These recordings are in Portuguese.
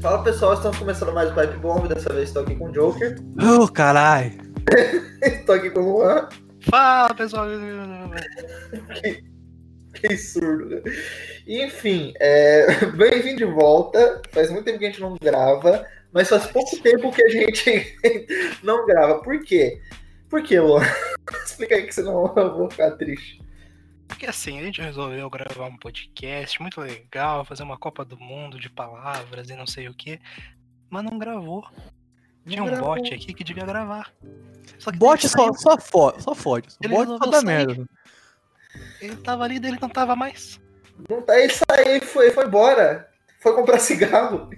Fala pessoal, estamos começando mais o Pipe Bomb. Dessa vez estou aqui com o Joker. Oh, caralho! Estou aqui com o Juan. Fala pessoal! Que surdo, né? Enfim, bem-vindo de volta. Faz muito tempo que a gente não grava, mas faz pouco tempo que a gente não grava. Por quê? Por quê, Luan? Explica aí que senão eu vou ficar triste. Porque assim, a gente resolveu gravar um podcast muito legal, fazer uma Copa do Mundo de palavras e não sei o que, mas não gravou. Tinha um bot aqui que devia gravar. Só que bot só fode. Ele Bot só dá merda. Ele tava ali, daí ele não tava mais. Não tá, ele saiu, foi embora. Foi comprar cigarro.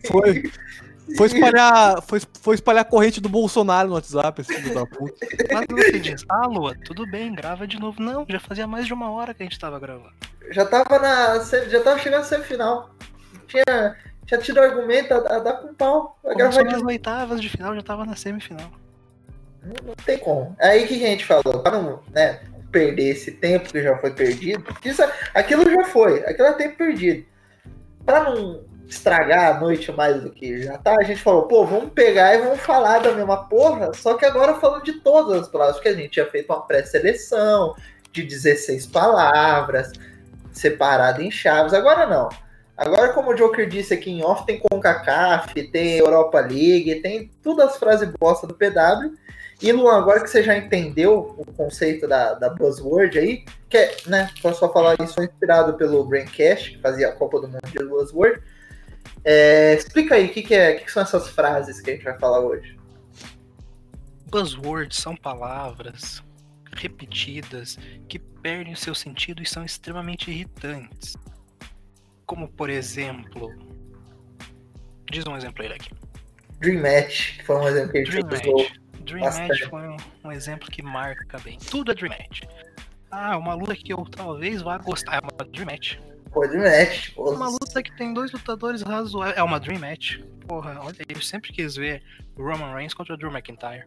Foi espalhar a corrente do Bolsonaro no WhatsApp, esse filho da puta. Mas você diz, Lua, tudo bem, grava de novo. Não, já fazia mais de 1 hora que a gente tava gravando. Já tava chegando na semifinal. Tinha tido argumento a dar com pau. Começou nas oitavas de final, já tava na semifinal. Não tem como. Aí o que a gente falou? Pra não, né, perder esse tempo que já foi perdido. Aquilo já foi. Aquilo é tempo perdido. Pra não estragar a noite mais do que já tá, a gente falou, vamos pegar e vamos falar da mesma porra, só que agora falando de todas as palavras, que a gente tinha feito uma pré-seleção de 16 palavras, separado em chaves. Agora não. Agora, como o Joker disse aqui em off, tem CONCACAF, tem Europa League, tem todas as frases bosta do PW. E, Luan, agora que você já entendeu o conceito da Buzzword aí, que é, né, posso só falar isso, foi inspirado pelo Braincast, que fazia a Copa do Mundo de Buzzword. Explica aí, o que são essas frases que a gente vai falar hoje? Buzzwords são palavras repetidas que perdem o seu sentido e são extremamente irritantes. Como, por exemplo... Diz um exemplo aí, aqui. Dream Match, que foi um exemplo que a gente usou. Dream Match foi um exemplo que marca bem. Tudo é Dream Match. Uma luta que eu talvez vá gostar. É uma Dream Match. Pô, Dream Match. Pô. Uma luta que tem 2 lutadores razoáveis. É uma Dream Match. Porra, olha aí, eu sempre quis ver o Roman Reigns contra o Drew McIntyre.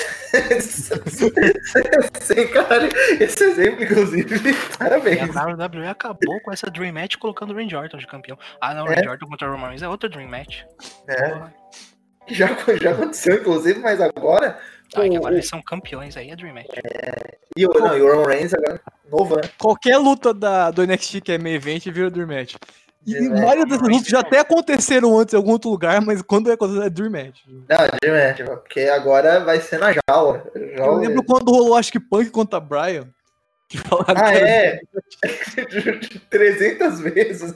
Sim, cara, esse exemplo, inclusive, parabéns. A WWE acabou com essa Dream Match colocando o Randy Orton de campeão. Não, o Randy Orton contra o Roman Reigns é outra Dream Match. Já aconteceu, inclusive, mas agora... agora eles são campeões, aí é Dream Match. E o Roman Reigns agora, novo, né? Qualquer luta do NXT que é main event vira Dream Match. E várias dessas lutas já até aconteceram antes em algum outro lugar, mas quando é Dream Match. Não, Dream Match, porque agora vai ser na jaula. Eu lembro quando rolou, acho que Punk contra Bryan. Que falaram que 300 vezes.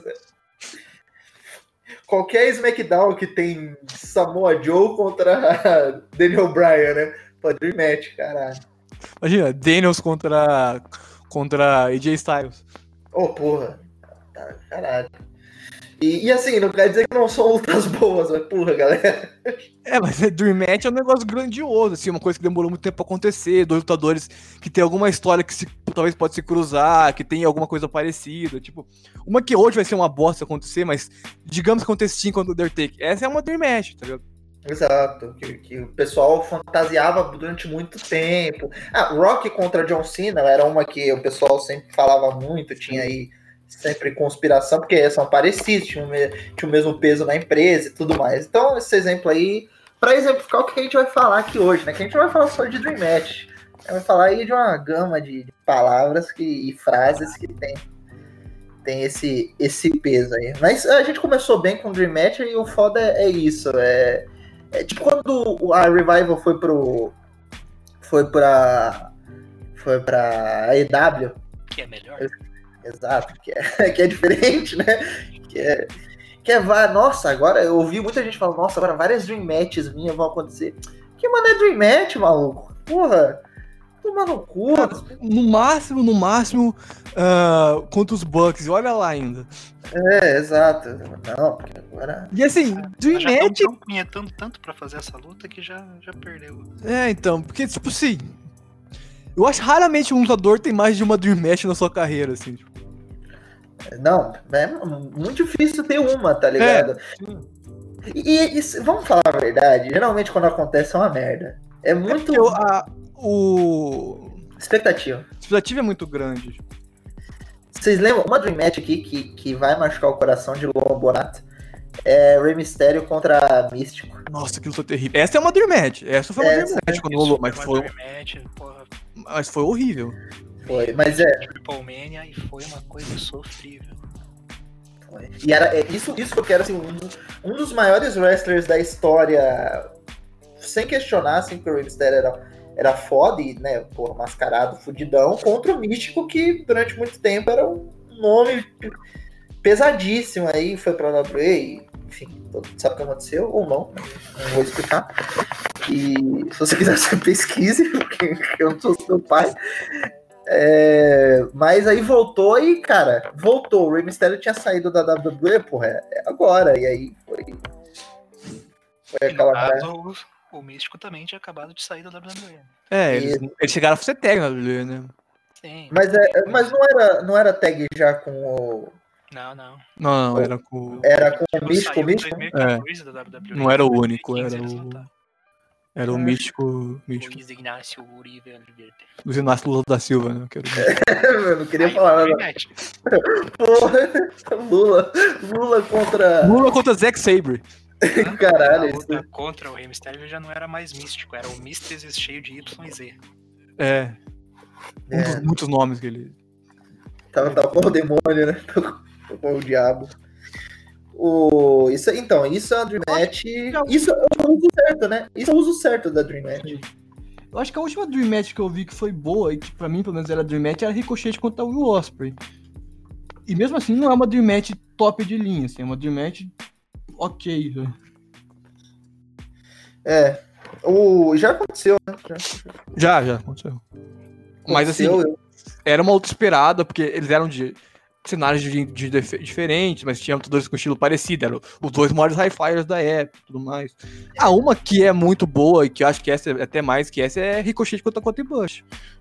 Qualquer SmackDown que tem Samoa Joe contra Daniel Bryan, né? Pô, Dream Match, caralho. Imagina, Daniels contra AJ Styles. Porra. Caralho. E assim, não quer dizer que não são lutas boas, mas porra, galera. Mas Dream Match é um negócio grandioso, assim, uma coisa que demorou muito tempo pra acontecer, 2 lutadores que tem alguma história que talvez pode se cruzar, que tem alguma coisa parecida, tipo, uma que hoje vai ser uma bosta acontecer, mas digamos que acontecia contra o Undertaker, essa é uma Dream Match, tá ligado? Exato, que o pessoal fantasiava durante muito tempo. Rock contra John Cena era uma que o pessoal sempre falava muito, tinha aí sempre conspiração, porque são parecidos, tinham o mesmo peso na empresa e tudo mais. Então, esse exemplo aí, para exemplificar o que a gente vai falar aqui hoje, né? Que a gente não vai falar só de Dream Match, a gente vai falar aí de uma gama de palavras e frases que tem esse peso aí. Mas a gente começou bem com Dream Match e o foda é isso. É tipo quando a Revival foi pra AEW. Que é melhor. Exato, que é diferente, né? Nossa, agora eu ouvi muita gente falando, nossa, agora várias Dream Matches minhas vão acontecer. Que mano é Dream Match, maluco? Porra, toma no cu. No máximo, contra os Bucks, olha lá ainda. Exato. Não, porque agora... E assim, Dream Match... Já punhetando tanto pra fazer essa luta que já perdeu. Então, porque tipo assim... Eu acho raramente um lutador tem mais de uma Dream Match na sua carreira, assim, tipo. Não, é muito difícil ter uma, tá ligado? E vamos falar a verdade, geralmente quando acontece é uma merda. É muito... Expectativa. A expectativa é muito grande. Vocês lembram? Uma Dream Match aqui que vai machucar o coração de Luan Bonato. Rey Mysterio contra Místico. Nossa, que luta terrível. Essa é uma Dream Match. Essa foi uma Dream Match quando rolou, mas foi, mas foi horrível. Foi, mas Triple Mania e foi uma coisa sofrível. E era isso que eu quero, assim, um dos maiores wrestlers da história, sem questionar, assim, que o Rey Mysterio era foda e, né, porra, mascarado, fudidão, contra o Místico, que durante muito tempo era um nome pesadíssimo aí, foi pra WWE, enfim, todo mundo sabe o que aconteceu, ou não vou explicar. E se você quiser, você pesquise, porque eu não sou seu pai. Mas aí voltou e, cara, voltou. O Rey Mysterio tinha saído da WWE, porra, agora. E aí foi aquela. Caso, o Místico também tinha acabado de sair da WWE. Eles chegaram a ser tag na WWE, né? Sim. Mas não era tag já com o. Não, era com. Era com o Místico. Não era o único, era o Místico. Luiz Inácio Uribe Oliveira. Luiz Inácio Lula da Silva, né? Eu não queria falar nada. Porra, Lula contra. Lula contra Zack Sabre. Caralho. A luta contra o Rey Mysterio já não era mais místico, era o Mysteries cheio de Y e Z. Um dos muitos nomes que ele. Tava com o demônio, né? Com o diabo. Isso é uma Dream Match. Isso é o uso certo, né? Isso é o uso certo da Dream Match. Eu acho que a última Dream Match que eu vi que foi boa, e que pra mim, pelo menos, era Dream Match, era Ricochet contra o Will Ospreay. E mesmo assim, não é uma Dream Match top de linha, assim, é uma Dream Match ok. Já aconteceu, né? Já aconteceu. Mas assim, era uma luta esperada, porque eles eram de cenários diferentes, mas tinham todos com estilo parecido, eram os dois maiores high flyers da época e tudo mais. Uma que é muito boa, e que eu acho que essa é até mais que essa, é Ricochet contra Cotton Bush.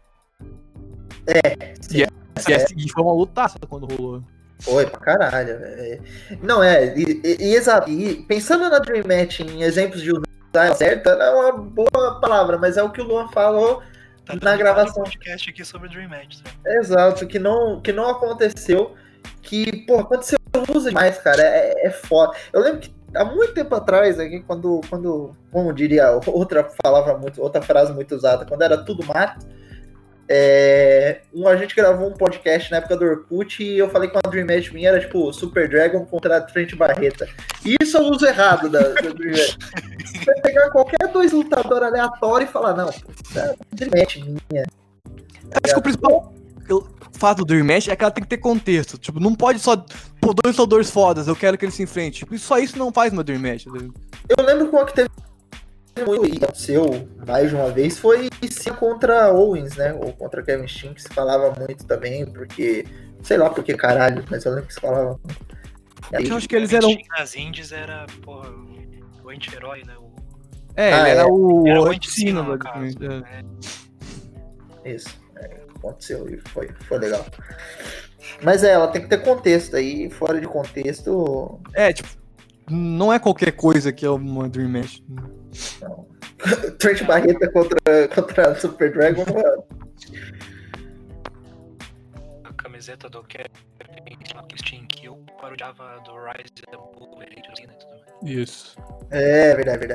E foi uma lutaça quando rolou. Foi pra caralho, velho. Não, exato. E pensando na Dream Match em exemplos de usar certa, não é uma boa palavra, mas é o que o Luan falou na gravação. Podcast aqui sobre Dream Match. Exato, que não aconteceu, que, pô, aconteceu, usa demais, cara, é foda. Eu lembro que há muito tempo atrás, aqui, quando como diria outra frase muito usada, quando era tudo mato, a gente gravou um podcast na época do Orkut e eu falei que uma Dream Match minha era tipo Super Dragon contra Trent Barreta. E isso é o uso errado da Dream Match. Você pegar qualquer dois lutadores aleatórios e falar, não, isso é Dream Match minha. Acho que o principal fato do Dream Match é que ela tem que ter contexto. Tipo, não pode só pôr dois lutadores fodas, eu quero que eles se enfrentem. Tipo, só isso não faz uma Dream Match. Eu lembro que uma que teve muito e aconteceu mais de uma vez foi sim contra Owens, né? Ou contra Kevin Steen, que se falava muito também, porque sei lá porque caralho, mas eu lembro que se falava muito. Eu acho que eles eram. Nas indies era, porra, o anti-herói, né? Ele era o anti-sino, no caso. Isso, aconteceu e foi legal. Mas ela tem que ter contexto aí, fora de contexto. Tipo, não é qualquer coisa que é uma Dream Match. Não. Trent Barreta contra Super Dragon. A camiseta do Kevin Steen Kill parodiava do Rise of the Bull e tudo mais. Isso. Verdade.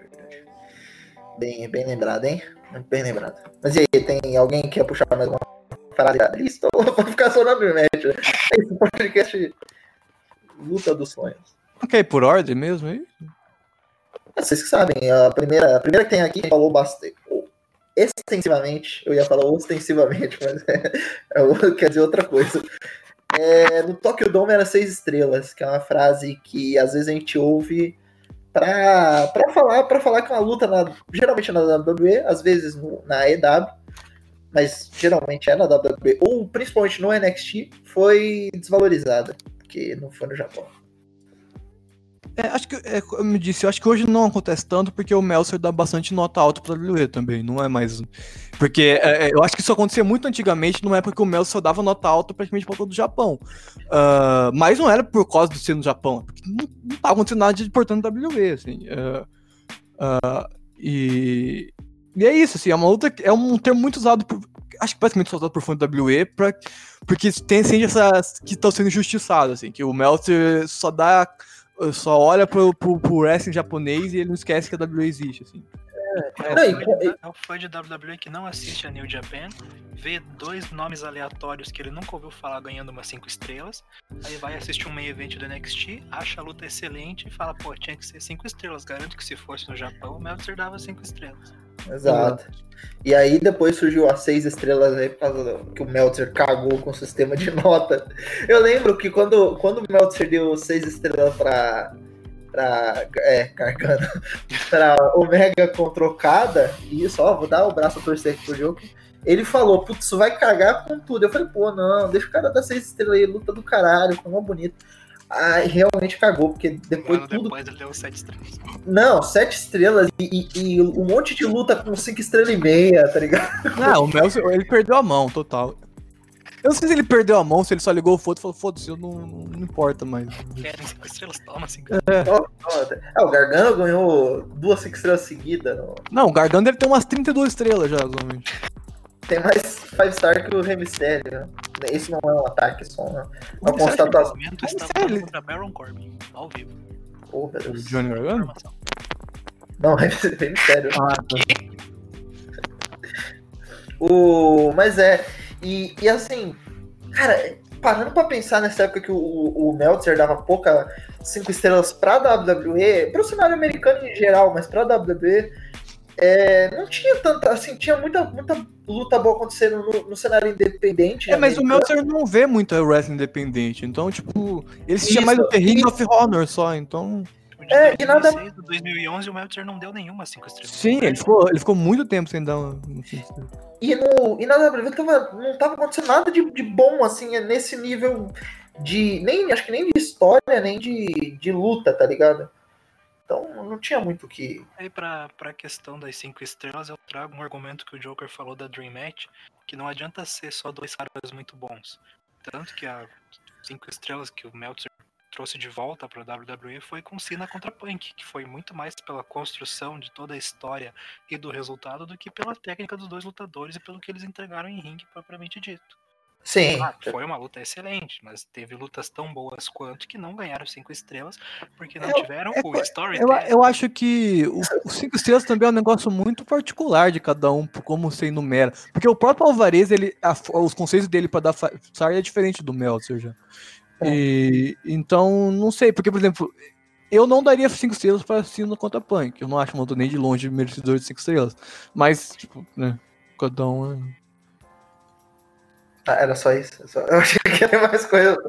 Bem lembrado, hein? Muito bem lembrado. Mas e aí, tem alguém que quer puxar mais uma frase da lista ou vai ficar só na Dream Match? Esse podcast luta dos sonhos. Ok, por ordem mesmo aí? Vocês que sabem, a primeira que tem aqui falou bastante, extensivamente, eu ia falar ostensivamente, mas quer dizer outra coisa. No Tokyo Dome era 6 estrelas, que é uma frase que às vezes a gente ouve pra falar que uma luta geralmente na WWE, às vezes na EW, mas geralmente é na WWE, ou principalmente no NXT, foi desvalorizada, porque não foi no Japão. Acho que, como eu disse, eu acho que hoje não acontece tanto porque o Meltzer dá bastante nota alta pra WWE também, não é mais... Porque eu acho que isso acontecia muito antigamente, numa época que o Meltzer dava nota alta praticamente pra todo o Japão. Mas não era por causa de ser no Japão, porque não tava acontecendo nada de importante na WWE, assim. E é isso, assim, é uma luta, é um termo muito usado acho que basicamente só usado por fã da WWE, porque tem sempre essas que estão sendo injustiçadas, assim, que o Meltzer só dá só olha pro wrestling japonês e ele não esquece que a WWE existe, assim. É o fã de WWE que não assiste a New Japan, vê 2 nomes aleatórios que ele nunca ouviu falar ganhando umas 5 estrelas, aí vai assistir um main event do NXT, acha a luta excelente e fala, pô, tinha que ser 5 estrelas. Garanto que se fosse no Japão, o Meltzer dava 5 estrelas. Exato. E aí depois surgiu as 6 estrelas aí por causa que o Meltzer cagou com o sistema de nota. Eu lembro que quando o Meltzer deu 6 estrelas pra Gargano, pra Omega com trocada, e isso, ó, vou dar o braço a torcer aqui pro jogo. Ele falou, putz, isso vai cagar com tudo. Eu falei, pô, não, deixa o cara dar 6 estrelas aí, luta do caralho, foi mó bonito. Aí realmente cagou, porque depois depois ele deu 7 estrelas. Não, 7 estrelas e um monte de luta com 5 estrelas e meia, tá ligado? Não, o Meltzer, ele perdeu a mão, total. Eu não sei se ele perdeu a mão, se ele só ligou o foda e falou, foda-se, eu não importa mais. Querem 5 estrelas? Toma 5 O Gargano ganhou 2 5 estrelas seguidas. Não, o Gargano deve ter umas 32 estrelas já, realmente. Tem mais 5 star que o Rey Mysterio. Esse não é um ataque, é só uma constatação. O momento estava contra Baron Corbin, ao vivo. Oh, meu Deus. Johnny Gargano? Não, Rey Mysterio. Mas e assim, cara, parando pra pensar nessa época que o Meltzer dava pouca 5 estrelas pra WWE, pro cenário americano em geral, mas pra WWE, não tinha tanta, assim, tinha muita luta boa acontecendo no cenário independente. Mas o Meltzer não vê muito wrestling independente, então, tipo, ele tinha mais o Ring of Honor só, então... De 2006 a 2011 o Meltzer não deu nenhuma 5 estrelas. Sim, ele ficou muito tempo sem dar uma 5 estrelas. E na WWE não tava acontecendo nada de bom, assim, nesse nível de... acho que nem de história, nem de luta, tá ligado? Então não tinha muito o que... Aí pra questão das 5 estrelas, eu trago um argumento que o Joker falou da Dream Match, que não adianta ser só 2 caras muito bons. Tanto que a 5 estrelas que o Meltzer trouxe de volta para a WWE foi com Cena contra Punk, que foi muito mais pela construção de toda a história e do resultado do que pela técnica dos 2 lutadores e pelo que eles entregaram em ringue propriamente dito. Sim. Foi uma luta excelente, mas teve lutas tão boas quanto que não ganharam 5 estrelas porque não tiveram o storytelling. Eu acho que os 5 estrelas também é um negócio muito particular de cada um, como você enumera. Porque o próprio Alvarez, os conceitos dele para dar SAR é diferente do Meltzer já. Então, não sei, porque, por exemplo, eu não daria 5 estrelas para Cena contra Punk. Eu não acho uma nem de longe merecedor de 5 estrelas. Mas, tipo, né, cada um era só isso. Eu achei que era mais coisa.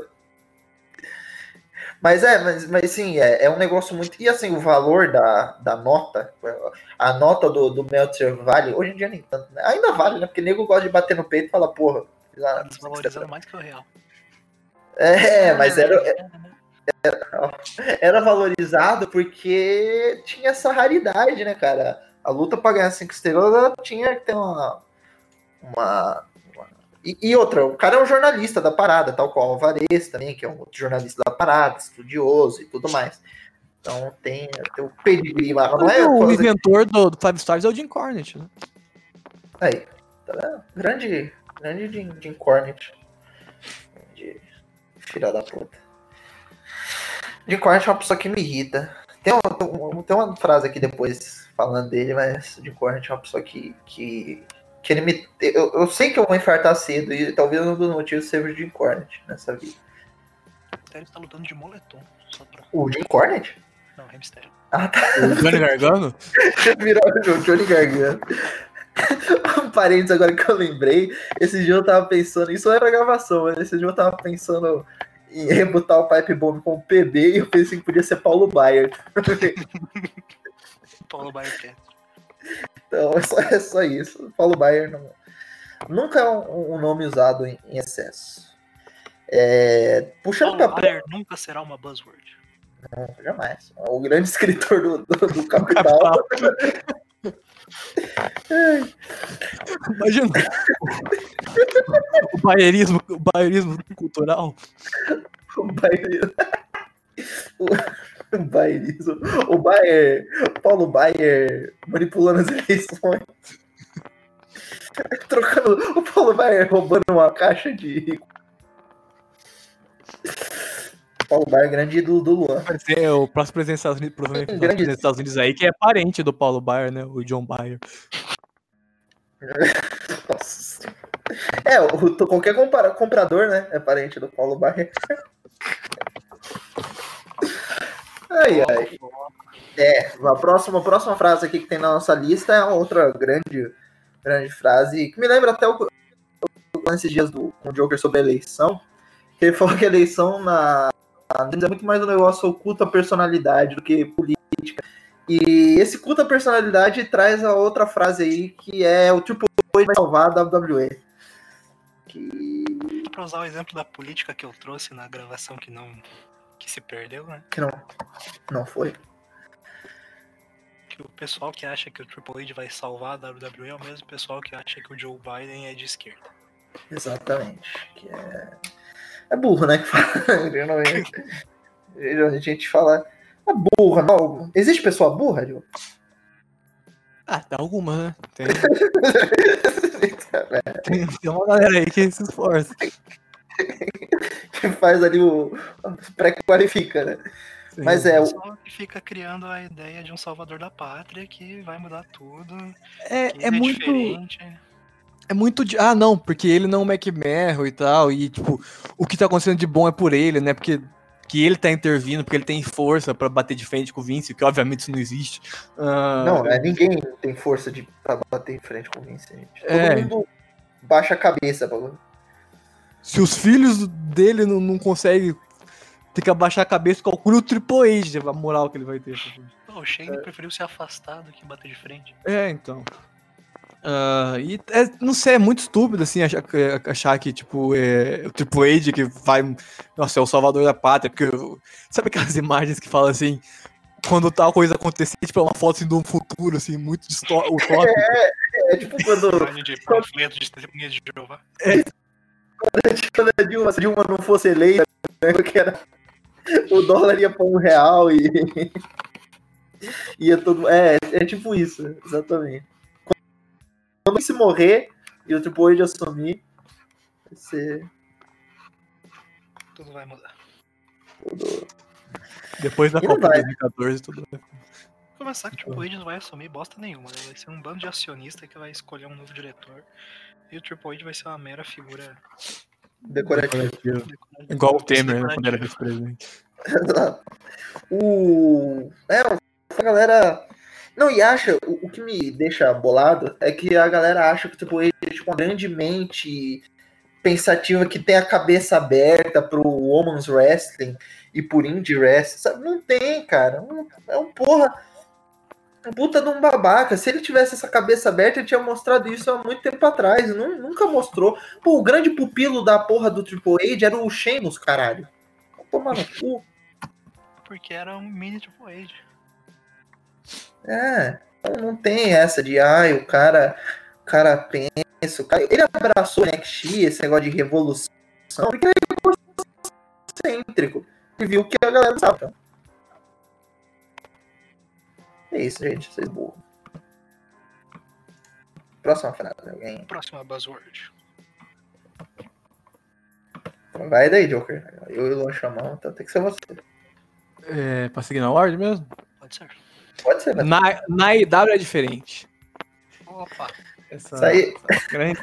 Mas sim, é um negócio muito... E assim, o valor da nota, a nota do Meltzer vale, hoje em dia nem tanto, né? Ainda vale, né? Porque o nego gosta de bater no peito e fala, porra... Tá desvalorizando mais que o real. Mas era valorizado porque tinha essa raridade, né, cara? A luta pra ganhar 5 estrelas, ela tinha que ter uma... E outra, o cara é um jornalista da parada, tal qual o Alvarez também, que é um outro jornalista da parada, estudioso e tudo mais. Então tem o pedigree lá. O inventor do 5 Stars é o Jim Cornette, né? Aí, tá vendo? Grande Jim Cornette. Filha da puta. Jim Cornette é uma pessoa que me irrita. Tem uma frase aqui depois falando dele, mas o Jim Cornette é uma pessoa que ele me... Eu sei que eu vou infartar cedo e talvez um dos motivos seja o Jim Cornette nessa vida. Ele está lutando de moletom. Só pra... O Jim Cornette? Não, o Rey Mysterio. Ah, tá. O Johnny Gargano? Virou o Johnny Gargano. Um parênteses agora que eu lembrei. Esse dia eu tava pensando... Isso era gravação, mas esse dia eu tava pensando em rebutar o Pipe Bomb com o PB e eu pensei que podia ser Paulo Baier. Paulo Baier quer. Então é só isso. Paulo Baier nunca é um nome usado em excesso. Puxando Paulo Baier nunca será uma buzzword. Não, jamais. O grande escritor do Capital. Imagina o baierismo cultural. O baierismo. O Baier, Paulo Baier manipulando as eleições. Trocando o Paulo Baier roubando uma caixa de... Paulo Baier, grande ídolo do Luan. O próximo presidente dos Estados Unidos, provavelmente o presidente dos Estados Unidos aí, que é parente do Paulo Baier, né? O John Baier. Nossa. Qualquer comprador, né? É parente do Paulo Baier. Ai. A próxima frase aqui que tem na nossa lista é outra grande frase, que me lembra até esses dias com o Joker sobre a eleição, que ele falou que a eleição é muito mais um negócio oculto à personalidade do que política. E esse culto à personalidade traz a outra frase aí, que é o Triple H vai salvar a WWE. Pra usar o exemplo da política que eu trouxe na gravação que se perdeu, né? Que não foi. Que o pessoal que acha que o Triple H vai salvar a WWE é o mesmo pessoal que acha que o Joe Biden é de esquerda. Exatamente. Que é burro, né? Que fala. A gente fala. É burra, não. Existe pessoa burra, Diogo? Tem alguma, né? Tem uma galera aí que se esforça. Que faz ali o pré-qualifica, né? Sim, mas o pessoal que fica criando a ideia de um salvador da pátria que vai mudar tudo. É muito diferente. É muito de... não, porque ele não é o McMahon e tal, e tipo, o que tá acontecendo de bom é por ele, né? Porque que ele tá intervindo, porque ele tem força pra bater de frente com o Vince, que obviamente isso não existe. Não, ninguém tem força pra bater em frente com o Vince, gente. Todo mundo baixa a cabeça. Se os filhos dele não conseguem, tem que abaixar a cabeça, calcula o Triple H, a moral que ele vai ter. O Shane preferiu ser afastado que bater de frente. Então. Não sei, é muito estúpido assim achar que tipo o Triple H que vai, nossa, é o salvador da pátria, porque sabe aquelas imagens que falam assim, quando tal coisa acontecer, tipo, é uma foto assim, de um futuro assim, muito utópico. Tipo quando de panfleto de testemunha de Jeová. Quando a Dilma não fosse eleita, né, porque o dólar ia pra R$1 e ia todo. É tipo isso, exatamente. Quando se morrer e o Triple H assumir, vai ser. Tudo vai mudar. Depois da Copa 2014, tudo vai começar que o Triple H não vai assumir bosta nenhuma, né? Vai ser um bando de acionista que vai escolher um novo diretor. E o Triple H vai ser uma mera figura decorativa. Igual o Temer, né, quando era vice-presidente. A galera. Não, e acha, o que me deixa bolado é que a galera acha que o Triple H é tipo uma grande mente pensativa que tem a cabeça aberta pro Women's Wrestling e por Indie Wrestling, sabe? Não tem, cara. É um puta de um babaca. Se ele tivesse essa cabeça aberta, ele tinha mostrado isso há muito tempo atrás. Nunca mostrou. Pô, o grande pupilo da porra do Triple H era o Sheamus, caralho. Vou tomar no cu. Porque era um mini Triple H. Não tem essa de o cara pensa, ele abraçou o NXT, esse negócio de revolução, porque ele é excêntrico e viu que a galera sabe. Então. É isso, gente, vocês burros. Próxima frase, alguém? Próxima buzzword. Vai daí, Joker. Eu e o Luan chamam, então tem que ser você. Pra seguir na ordem mesmo? Pode ser. Mas... Na IW é diferente. Opa. Isso aí. Grande...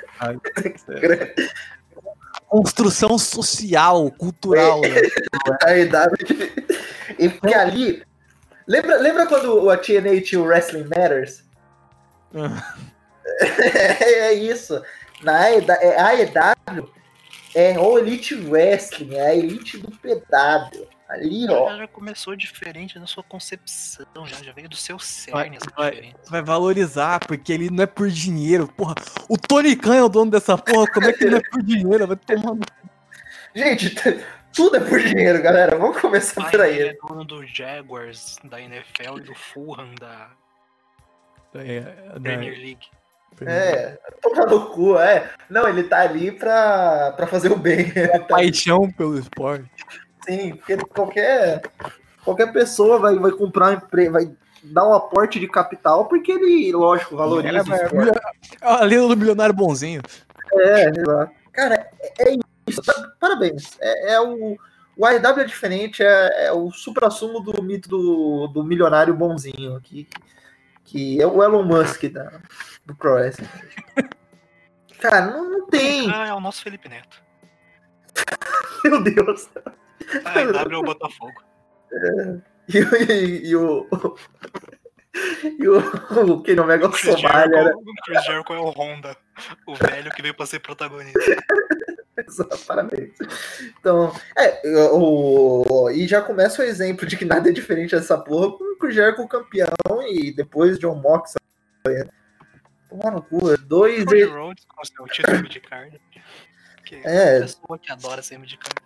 Construção social, cultural. Né? A IW. E porque ali. Lembra quando a TNA tinha o Wrestling Matters? É isso. A EW é o Elite Wrestling, é a elite do PW. Ali, ó. Já começou diferente na sua concepção, já veio do seu cerne essa diferença. Vai valorizar, porque ele não é por dinheiro. Porra, o Tony Khan é o dono dessa porra, como é que ele não é por dinheiro? Vai tomar. Gente, tudo é por dinheiro, galera. Vamos começar por aí. Ele é dono do Jaguars, da NFL e do Fulham, da Premier League. Tomar no cu, Não, ele tá ali pra fazer o bem. Paixão pelo esporte. Sim, porque qualquer pessoa vai comprar um emprego, vai dar um aporte de capital, porque ele, lógico, valoriza o esporte. A lenda do milionário bonzinho. Exato. Cara, é isso. Parabéns. É O AEW é diferente, é o supra-sumo do mito do milionário bonzinho, que é o Elon Musk do Pro Wrestling. Cara, não tem. É o nosso Felipe Neto. Meu Deus. A EW é o Botafogo. E o Kenny Omega O Chris Somália era... Jericho é o Honda, o velho que veio pra ser protagonista. Parabéns. Então, e já começa o exemplo de que nada é diferente dessa porra com o Chris Jericho campeão e depois John Moxley. Tomar no cu, dois... Cody Rhodes com o seu título mid-card. Que pessoa que adora ser mid-card.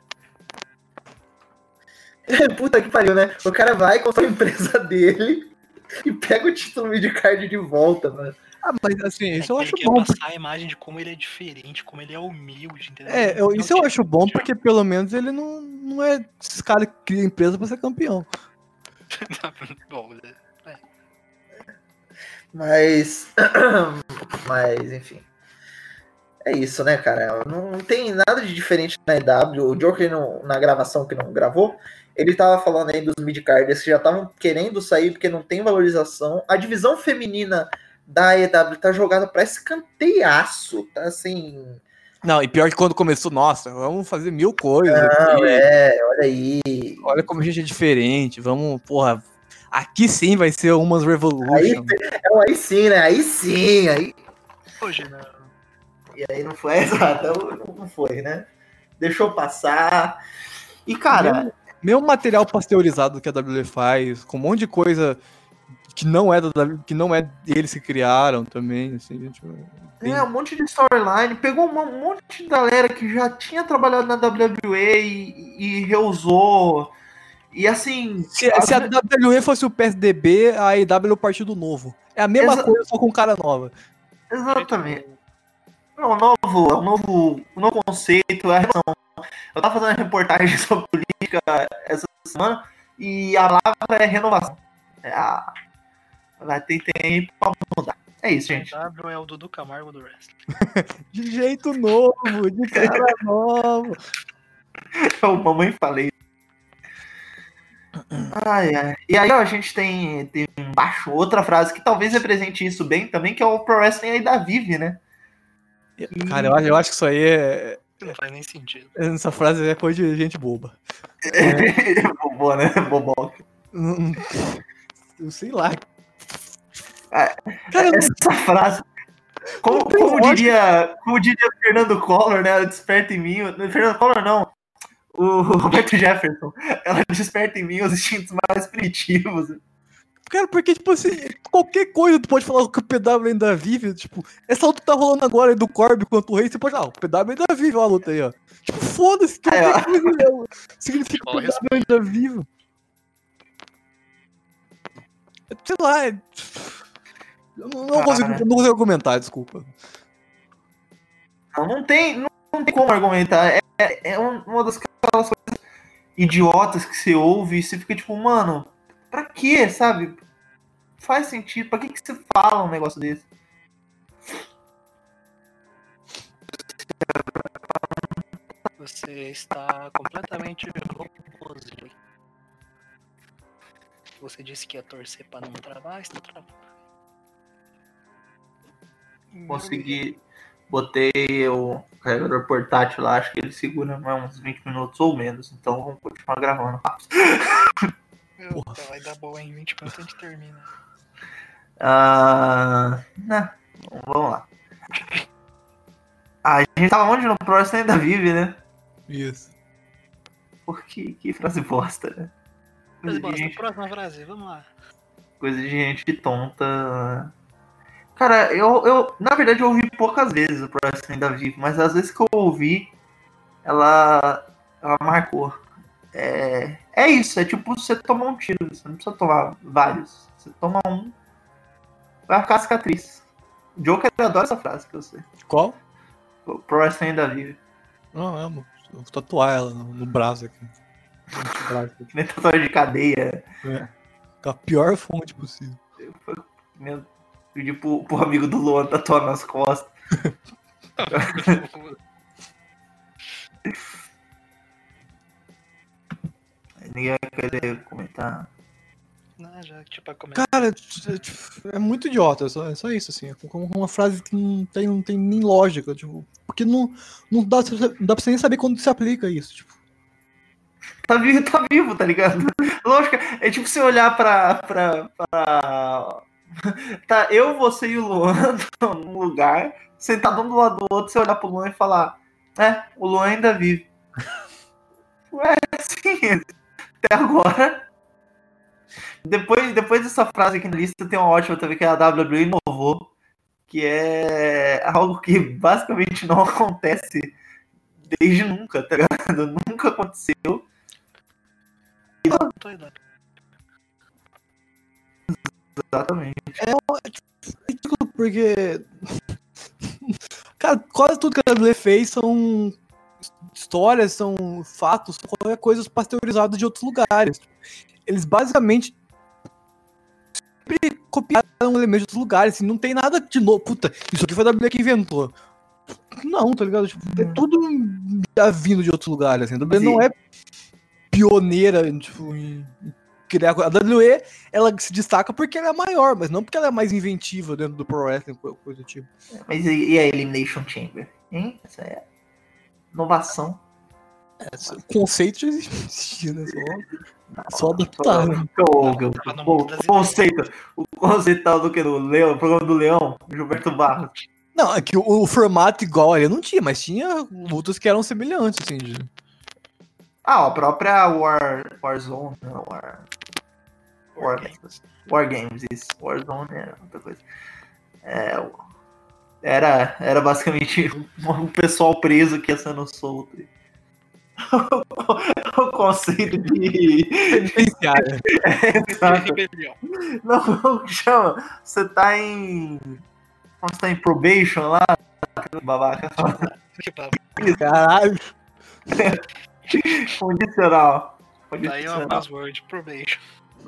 Puta que pariu, né? O cara vai contra a empresa dele e pega o título mid-card de volta, mano. Ah, mas assim, isso eu acho ele bom. Quer passar a imagem de como ele é diferente, como ele é humilde, entendeu? Isso eu acho bom, porque pelo menos ele não é esses caras que criam empresa pra ser campeão. Bom, Mas, enfim. É isso, né, cara? Não tem nada de diferente na EW. O Joker, na gravação que não gravou, ele tava falando aí dos mid-carders que já estavam querendo sair porque não tem valorização. A divisão feminina da EW tá jogada pra escanteiaço, tá assim... Não, e pior que quando começou, nossa, vamos fazer 1000 coisas. Não, olha aí. Olha como a gente é diferente, vamos, porra... Aqui sim vai ser umas Revolution. Aí sim, né? Aí sim, aí... Hoje, né? E aí não foi, exato, não foi, né? Deixou passar. E, cara... Mesmo material pasteurizado que a WWE faz, com um monte de coisa que não é eles que criaram também, assim, gente... Um monte de storyline, pegou um monte de galera que já tinha trabalhado na WWE e reusou. E assim... Se a WWE fosse o PSDB, a AEW é o Partido Novo. É a mesma coisa, só com cara nova. Exatamente. É um novo conceito, é a relação. Eu tava fazendo reportagem sobre política essa semana e a palavra é renovação. Vai ter tempo pra mudar. É isso, gente. O W é o Dudu Camargo do wrestling. De jeito novo, de cara novo. Eu mamãe falei. Ai. E aí, ó, a gente tem embaixo outra frase que talvez represente isso bem também, que é o Pro Wrestling aí da Vive, né? Cara, eu acho que isso aí não faz nem sentido. Essa frase é coisa de gente boba. Bobó, né? Boboca. Eu sei lá. Cara, essa frase... Como diria Fernando Collor, né? Ela desperta em mim... Fernando Collor não. O Roberto Jefferson. Ela desperta em mim os instintos mais primitivos. Cara, porque, tipo assim, qualquer coisa tu pode falar que o PW ainda vive, tipo, essa luta tá rolando agora aí do Corby contra o Rei, você pode falar, o PW ainda vive, ó, a luta aí, ó. Tipo, foda-se, que qualquer coisa significa que o PW ainda vive. Sei lá, eu não consigo argumentar, desculpa. Não tem como argumentar. É uma das coisas idiotas que você ouve e você fica tipo, mano, pra quê, sabe? Faz sentido. Pra que você fala um negócio desse? Você está completamente robôs. Você disse que ia torcer pra não travar, está travando. Consegui. Botei o carregador portátil lá, acho que ele segura uns 20 minutos ou menos. Então vamos continuar gravando. Vai dar boa, em 20 minutos a gente termina. Vamos lá. A gente tava onde no próximo ainda vive, né? Isso. Por que frase bosta, né? Próxima frase, vamos lá. Coisa de gente tonta. Cara, eu na verdade eu ouvi poucas vezes o Pro Wrestling ainda vive, mas às vezes que eu ouvi, ela marcou. É isso, é tipo você tomar um tiro, você não precisa tomar vários. Você toma um, vai ficar a cicatriz. O Joker adora essa frase que eu sei. Qual? O Pro Wrestling ainda vive. Não, amo. Eu vou tatuar ela no braço aqui. Que nem tatuagem de cadeia. Com a pior fonte possível. Meu, pedi pro amigo do Luan tatuar nas costas. Ninguém vai querer comentar. Não, já, tipo, a comentar. Cara, é muito idiota, é só isso, assim. É como uma frase que não tem nem lógica, tipo. Porque não dá pra você nem saber quando se aplica isso, tipo. Tá vivo, tá ligado? Lógico, é tipo você olhar pra... Tá, eu, você e o Luan num lugar, sentado um do lado do outro, você olhar pro Luan e falar, o Luan ainda vive. Ué, assim, até agora. Depois dessa frase aqui na lista, tem uma ótima também, que a WWE inovou, que é algo que basicamente não acontece desde nunca, tá ligado? Nunca aconteceu. Exatamente. É ridículo, porque. Cara, quase tudo que a WWE fez são histórias, são fatos, são qualquer coisa pasteurizadas de outros lugares. Eles basicamente sempre copiaram elementos de outros lugares, assim, não tem nada de novo. Puta, isso aqui foi a WWE que inventou. Não, tá ligado? Tipo, é tudo já vindo de outros lugares, assim. A WWE não é pioneira, tipo, em criar coisa. A WWE, ela se destaca porque ela é maior, mas não porque ela é mais inventiva dentro do Pro Wrestling, coisa do tipo. Mas e a Elimination Chamber? Hein? Essa é inovação. O conceito já existia, né? Só adaptar. O conceito tal do que? Do Leão, o programa do Leão, Gilberto Barros. Não, é que o formato igual ali não tinha, mas tinha lutas que eram semelhantes, assim. A própria Warzone, não, War Games, isso. Warzone era outra coisa. Era basicamente um pessoal preso que ia sendo solto. O conceito de penitenciária. Rebelião. Não, chama. Você tá em probation lá, babaca. Caralho. Condicional. Daí é uma buzzword, probation.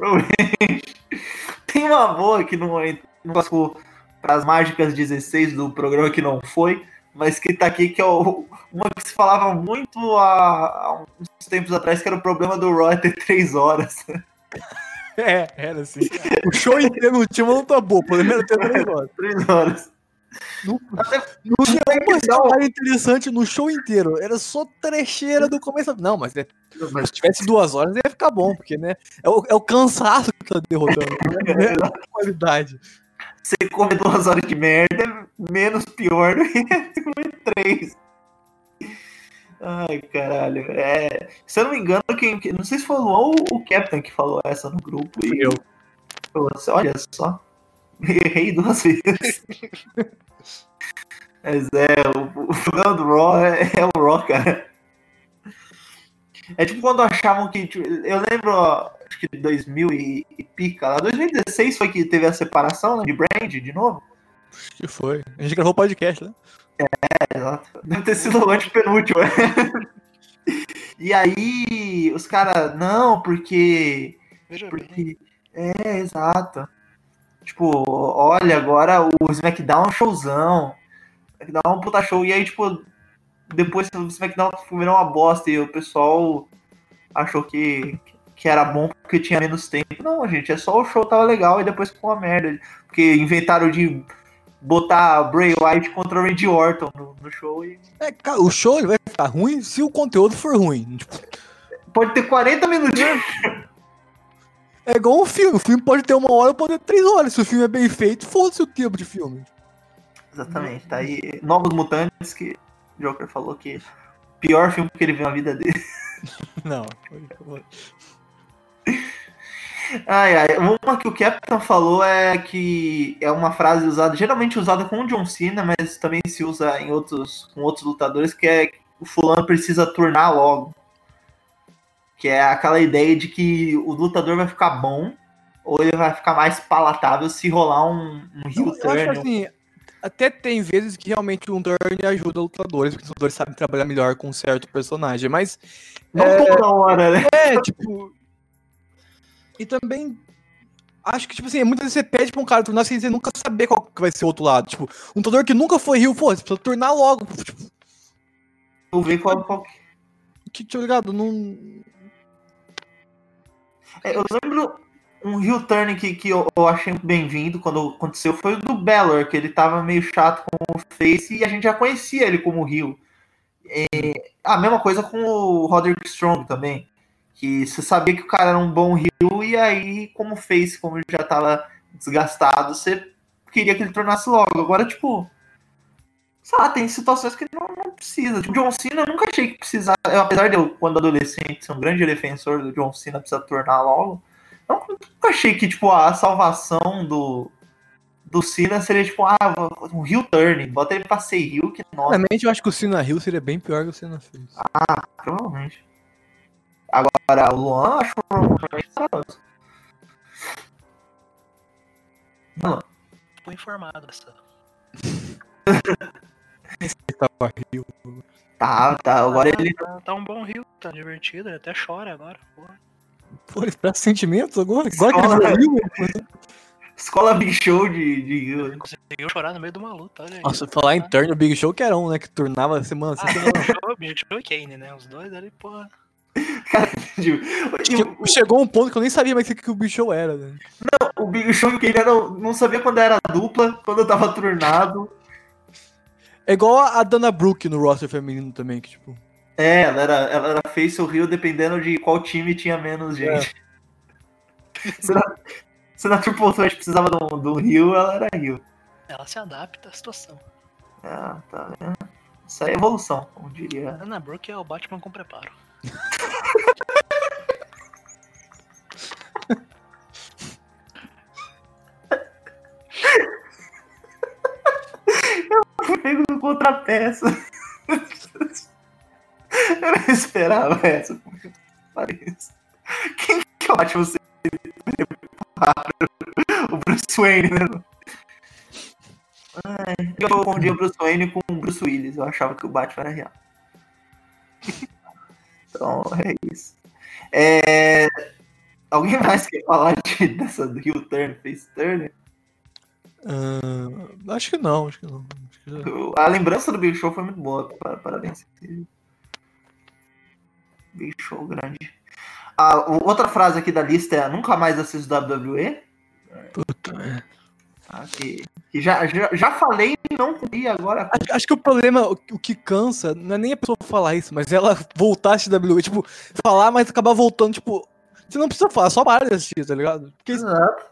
Tem uma boa que não passou para as mágicas 16 do programa que não foi, mas que tá aqui, que é uma que se falava muito há uns tempos atrás, que era o problema do Raw ter 3 horas. Era assim. O show inteiro não tinha uma luta boa, pelo menos ter 3 horas. 3 horas. Não tinha uma história interessante no show inteiro. Era só trecheira do começo. Não, mas se tivesse 2 horas ia ficar bom, porque, né? É o cansaço que tá derrotando. Né? É a qualidade. Você come 2 horas de merda é menos pior do que você comer 3. Ai, caralho. Se eu não me engano, não sei se foi o Luan ou o Captain que falou essa no grupo. E eu. Olha só. Errei 2 vezes. Mas o programa do Raw é o Raw, cara. É tipo quando achavam que... Tipo, eu lembro, acho que 2000 e pica lá. 2016 foi que teve a separação, né, de brand de novo. Acho que foi. A gente gravou o podcast, né? Exato. Deve ter sido o antepenúltimo. E aí, os caras... Não, porque... Exato. Tipo, olha, agora o SmackDown é um showzão. SmackDown é um puta show. E aí, tipo, depois o SmackDown virou uma bosta e o pessoal achou que era bom porque tinha menos tempo. Não, gente, é só o show tava legal e depois ficou uma merda. Porque inventaram de botar Bray Wyatt contra o Randy Orton no show. Cara, o show ele vai ficar ruim se o conteúdo for ruim. Tipo, pode ter 40 minutinhos. É igual um filme. O filme pode ter 1 hora, pode ter 3 horas. Se o filme é bem feito, foda-se o tempo de filme. Exatamente. Tá aí Novos Mutantes, que o Joker falou que o pior filme que ele viu na vida dele. Não. Uma que o Captain falou é que é uma frase usada, geralmente usada com o John Cena, mas também se usa com outros lutadores, que é o fulano precisa turnar logo. Que é aquela ideia de que o lutador vai ficar bom ou ele vai ficar mais palatável se rolar um heel turn. Eu acho assim, até tem vezes que realmente um turn ajuda lutadores, porque os lutadores sabem trabalhar melhor com um certo personagem, mas... Não toda hora, né? Tipo... E também... Acho que, tipo assim, muitas vezes você pede pra um cara turnar sem você nunca saber qual que vai ser o outro lado. Tipo, um lutador que nunca foi heel, você precisa turnar logo. Tipo, vou ver qual... Que, tá ligado? Não... Eu lembro um heel turn que eu achei bem-vindo quando aconteceu foi o do Balor, que ele tava meio chato com o Face e a gente já conhecia ele como heel. A mesma coisa com o Roderick Strong também. Que você sabia que o cara era um bom heel e aí, como Face, como ele já tava desgastado, você queria que ele tornasse logo. Agora, tipo, sei lá, tem situações que não precisa. Tipo, John Cena eu nunca achei que precisava. Apesar de eu, quando adolescente, ser um grande defensor do John Cena, precisa tornar logo. Eu nunca achei que, tipo, a salvação do Cena seria, tipo, um heel turn. Bota ele pra ser heel, que nossa. Realmente, eu acho que o Cena Hill seria bem pior que o Cena Face. Provavelmente. Agora, o Luan, eu acho provavelmente maravilhoso. Não, Tô informado dessa. Ele tava Hill. tá. Agora ele. Tá um bom rio, tá divertido, ele até chora agora. Porra. Pô, ele expressa sentimentos agora? Igual Escola- que ele Hill, mano. Escola Big Show de heel. Ele conseguiu chorar no meio de uma luta, olha aí. Nossa, falar em turn, o Big Show que era um, né? Que turnava semana assim. Big Show e Kane, né? Os dois ali, porra. Tipo, Chegou um ponto que eu nem sabia mais o que o Big Show era, né? o Big Show que ele não sabia quando era dupla, quando tava turnado. É igual a Dana Brooke no roster feminino também, que tipo... Ela era face ou heel dependendo de qual time tinha menos gente. Se na Triple Threat precisava de um heel, ela era heel. Ela se adapta à situação. Ah, tá vendo? Isso aí é evolução, como diria. Ana Brooke é o Batman com preparo. Fui pego no contrapeça. Eu não esperava essa. Parece. Quem que eu acho você preparo? O Bruce Wayne, né? Eu confundi o Bruce Wayne com o Bruce Willis. Eu achava que o Batman era real. Então, é isso. Alguém mais quer falar dessa do heel turn, face turn? Acho que não. A lembrança do Big Show foi muito boa. Parabéns. Big Show grande. Outra frase aqui da lista é: nunca mais assisto WWE. Puta, Que já falei e não cumpri agora. Acho que o problema, o que cansa, não é nem a pessoa falar isso, mas ela voltar a assistir WWE, tipo, falar, mas acabar voltando, tipo, você não precisa falar, só para de assistir, tá ligado? Porque Exato.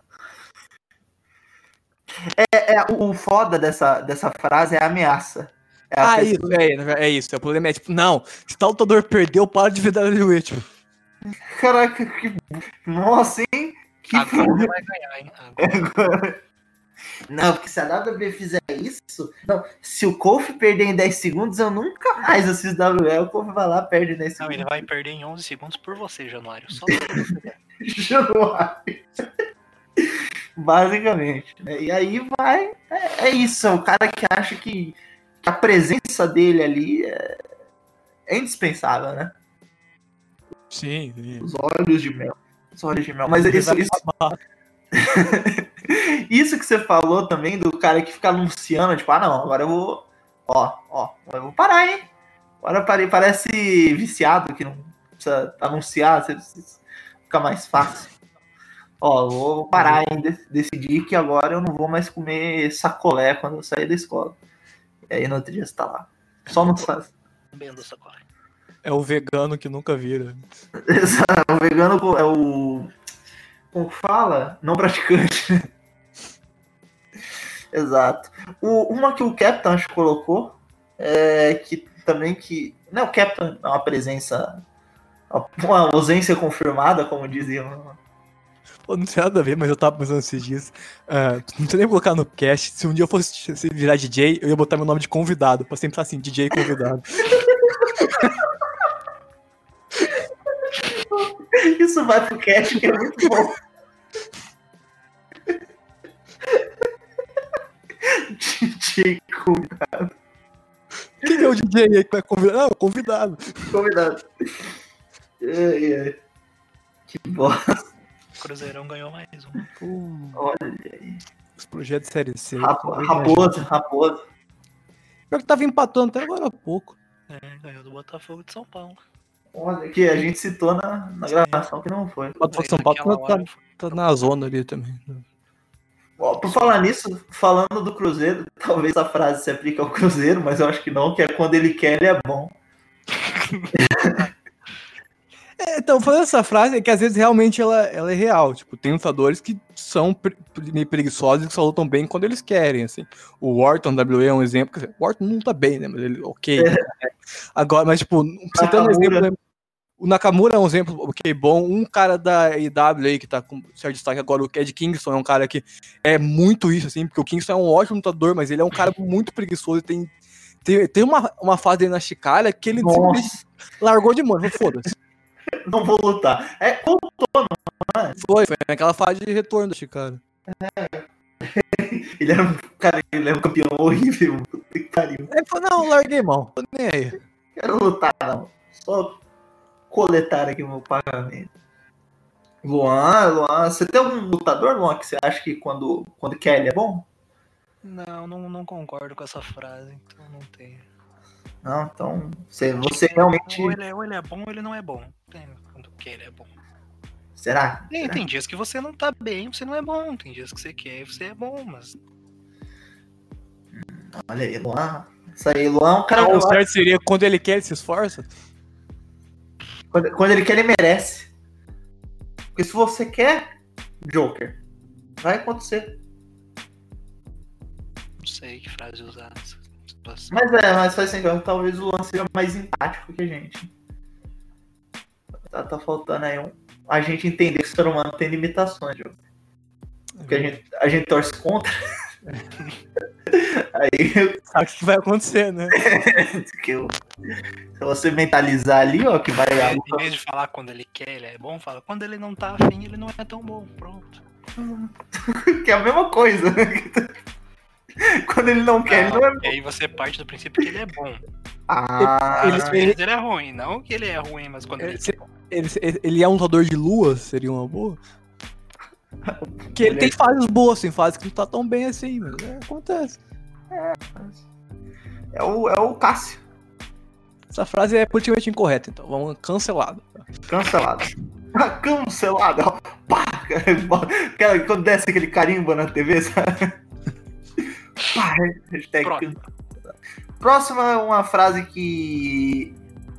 O foda dessa frase é a ameaça. Isso. O problema é, tipo, não, se tal lutador perdeu, para de ver WWE, tipo. Caraca, que. Nossa, hein? Que Agora vai ganhar, hein? Agora. Não, porque se a WWE fizer isso. Não, se o Kofi perder em 10 segundos, eu nunca mais assisto WWE. O Kofi vai lá, perde em 10 Não, segundos. ele vai perder em 11 segundos por você, Januário. Só por você. Januário. Basicamente. E aí vai. É isso. É o cara que acha que a presença dele ali é indispensável, né? Sim. Os olhos de mel. Mas isso que você falou também do cara que fica anunciando, tipo, não, agora eu vou. Eu vou parar, hein? Agora eu parei, parece viciado que não precisa anunciar, fica mais fácil. Eu vou parar, hein? Decidir que agora eu não vou mais comer sacolé quando eu sair da escola. E aí no outro dia você tá lá. Só não faz. É o vegano que nunca vira. Exato, o vegano é o. Como fala? Não praticante. Exato. Uma que o Captain acho que colocou que também que. Não, o Captain é uma presença. Uma ausência confirmada, como diziam. Pô, não tem nada a ver, mas eu tava pensando esses dias. Não sei nem colocar no cast. Se um dia eu fosse virar DJ, eu ia botar meu nome de convidado. Pra sempre estar assim, DJ convidado. Isso vai pro cast, que é muito bom. DJ convidado. Quem é o DJ aí que vai convidar? Ah, convidado. Convidado. Que bosta. Cruzeirão ganhou mais um. Olha aí. Os projetos Série C. Raposa. Pior que tava empatando até agora há pouco. Ganhou do Botafogo de São Paulo. Olha, que a gente citou na gravação que não foi. O São Paulo tá na zona ali também. Ó, por falar nisso, falando do Cruzeiro, talvez a frase se aplique ao Cruzeiro, mas eu acho que não, que é quando ele quer, ele é bom. Então, falando essa frase, é que às vezes realmente ela é real. Tipo, tem lutadores que são meio preguiçosos e que só lutam bem quando eles querem, assim. O Orton WWE é um exemplo. Quer dizer, o Orton não luta bem, né? Mas ele, ok. Né? Agora, mas, tipo, você tem um exemplo, né? O Nakamura é um exemplo, ok, bom. Um cara da AEW aí que tá com certo destaque agora, o Ed Kingston, é um cara que é muito isso, assim, porque o Kingston é um ótimo lutador, mas ele é um cara muito preguiçoso e tem uma fase aí na Chicalha que ele simplesmente largou de mão, foda-se. Não vou lutar. Voltou, não é? Foi naquela fase de retorno da Chicalha. Ele era um campeão horrível. Puta que pariu. Ele falou, não, larguei mão, tô nem aí. Quero lutar, não. Só coletar aqui o meu pagamento. Luan, você tem algum lutador, Luan, que você acha que quando quer ele é bom? Não concordo com essa frase, então não tenho. Não, então você realmente... Ou ele é bom ou ele não é bom. Quando quer ele é bom. Será? Tem dias que você não tá bem, você não é bom. Tem dias que você quer e você é bom, mas... Olha aí, Luan. Isso aí, Luan é um cara... O certo seria quando ele quer, ele se esforça? Quando ele quer, ele merece. Porque se você quer, Joker, vai acontecer. Não sei que frase usar nessa situação. Mas faz sentido. Talvez o Luan seja mais empático que a gente. Tá faltando aí a gente entender que o ser humano tem limitações, Joker. Porque a gente torce contra. Aí... Sabe o que vai acontecer, né? Se você mentalizar ali, ó, que vai... Em vez de falar quando ele quer, ele é bom, fala quando ele não tá afim, ele não é tão bom. Pronto. Que é a mesma coisa. Quando ele não quer, ele não é bom. E aí você parte do princípio que ele é bom. Ele é ruim, não que ele é ruim, mas quando ele é um lutador de luas, seria uma boa? Porque ele tem fases boas, tem fases que não tá tão bem assim, mas acontece. É o Cássio. Essa frase é politicamente incorreta, então vamos cancelado. Cancelado. Cancelado. Pá! Quando desce aquele carimbo na TV, sabe? Pá, hashtag. Próxima é uma frase que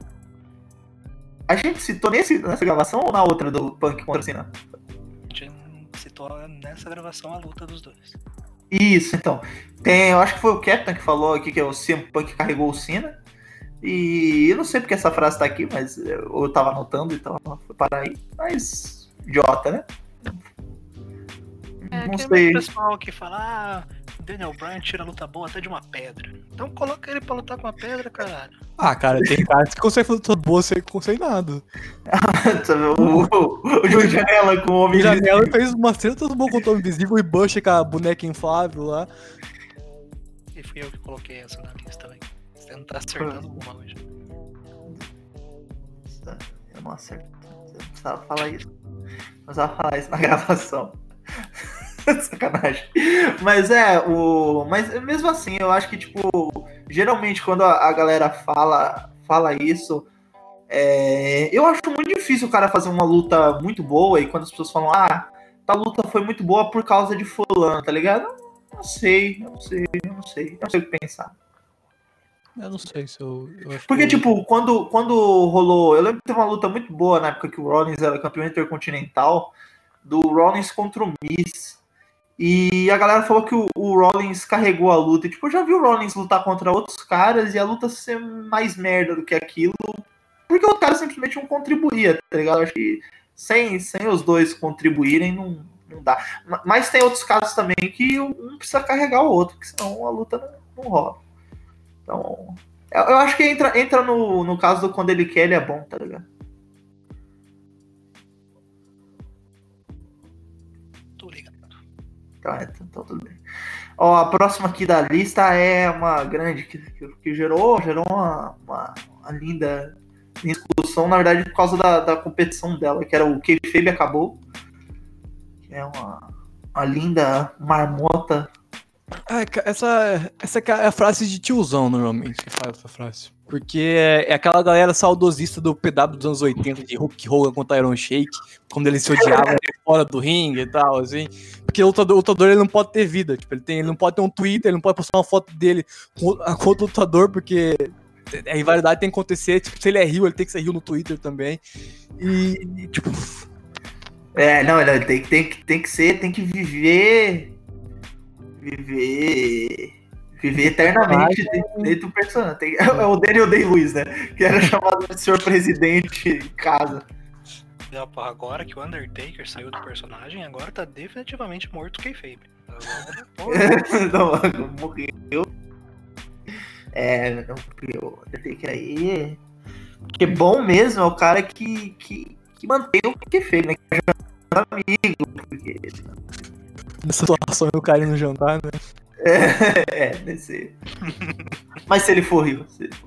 a gente citou nessa gravação ou na outra do Punk contra o Cena? A gente citou nessa gravação a luta dos dois. Isso, então. Eu acho que foi o Captain que falou aqui que o CM Punk carregou o Cena. E eu não sei porque essa frase tá aqui, mas eu tava anotando, então foi parar aí. Mas, idiota, né? Não sei. O pessoal que fala, Daniel Bryan tira a luta boa até de uma pedra. Então coloca ele pra lutar com uma pedra, caralho. Cara, tem caras que consegue fazer luta boa sem nada. O João Janela com o Homem Invisível. Janela fez umas tretas boas contra o Homem Invisível e Bush com a boneca inflável lá. E fui eu que coloquei essa na lista também. Você não tá acertando uma hoje. Eu não acerto. Você não precisava falar isso. Não precisava falar isso na gravação. Sacanagem. Mas mas mesmo assim, eu acho que, tipo, geralmente quando a galera fala isso, eu acho muito difícil o cara fazer uma luta muito boa e quando as pessoas falam, tá luta foi muito boa por causa de fulano, tá ligado? Eu não sei o que pensar. Eu não sei se eu acho. Porque, tipo, quando rolou... Eu lembro que teve uma luta muito boa na época que o Rollins era campeão intercontinental, do Rollins contra o Miz. E a galera falou que o Rollins carregou a luta. E, tipo, eu já vi o Rollins lutar contra outros caras e a luta ser mais merda do que aquilo. Porque o cara simplesmente não contribuía, tá ligado? Eu acho que sem os dois contribuírem, não dá. Mas tem outros casos também que um precisa carregar o outro, porque senão a luta não rola. Então, eu acho que entra no caso do quando ele quer, ele é bom, tá ligado? Tô ligado. Então tudo bem. Ó, a próxima aqui da lista é uma grande que gerou uma linda discussão, na verdade, por causa da competição dela, que era o Kayfabe Acabou, que é uma linda marmota Essa é a frase de tiozão, normalmente, que faz essa frase. Porque é aquela galera saudosista do PW dos anos 80, de Hulk Hogan contra Iron Shake, quando ele se odiava fora do ringue e tal, assim. Porque o lutador ele não pode ter vida, tipo, ele não pode ter um Twitter, ele não pode postar uma foto dele com outro lutador, porque a rivalidade tem que acontecer, tipo, se ele é heel, ele tem que ser heel no Twitter também. E tipo... Não, ele tem que viver eternamente dentro do personagem. É o Daniel Day-Lewis, né? Que era chamado de senhor presidente em casa. Agora que o Undertaker saiu do personagem, agora tá definitivamente morto o kayfabe. Não, morreu. O Undertaker aí... Que bom mesmo, é o cara que mantém o kayfabe, né? Que é amigo, porque... Nessa situação, o cara no jantar, né? Nesse... Mas se ele for rio,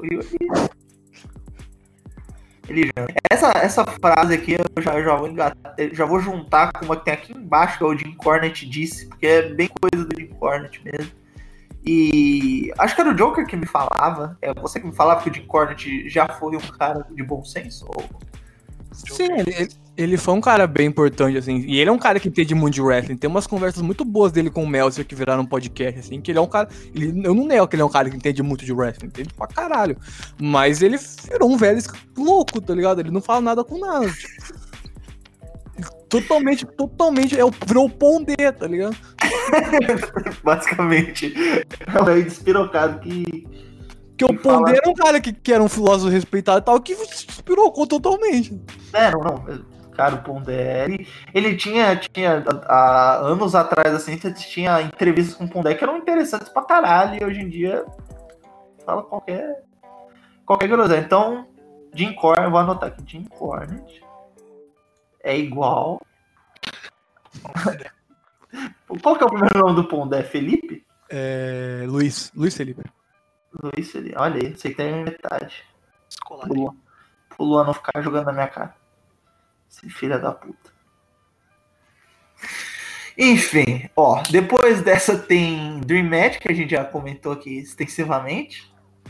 ele essa frase aqui eu já vou engatar, já vou juntar com uma que tem aqui embaixo, que é o Jim Cornette disse, porque é bem coisa do Jim Cornette mesmo. E acho que era o Joker que me falava, você que me falava que o Jim Cornette já foi um cara de bom senso? Ou... Sim, ele foi um cara bem importante, assim, e ele é um cara que entende muito de wrestling, tem umas conversas muito boas dele com o Meltzer que viraram um podcast, assim, que ele é um cara, eu não nego que ele é um cara que entende muito de wrestling, entende pra caralho, mas ele virou um velho louco, tá ligado? Ele não fala nada com nada, tipo, totalmente, virou o Pondé, tá ligado? Basicamente, é um velho despirocado que o Pondé era um cara que era um filósofo respeitado e tal, que se despirocou totalmente. Não. Cara, o Pondé, ele tinha há anos atrás, assim, tinha entrevistas com o Pondé que eram interessantes pra caralho, e hoje em dia fala qualquer groselha. Então, Jim Cornette, vou anotar aqui, Jim Cornette é igual... Qual que é o primeiro nome do Pondé? Felipe? Luiz Felipe. Luiz Felipe, olha aí, sei que tem metade. Escolar. Pulou a não ficar jogando na minha cara. Esse filho da puta. Enfim, depois dessa tem Dream Match, que a gente já comentou aqui extensivamente.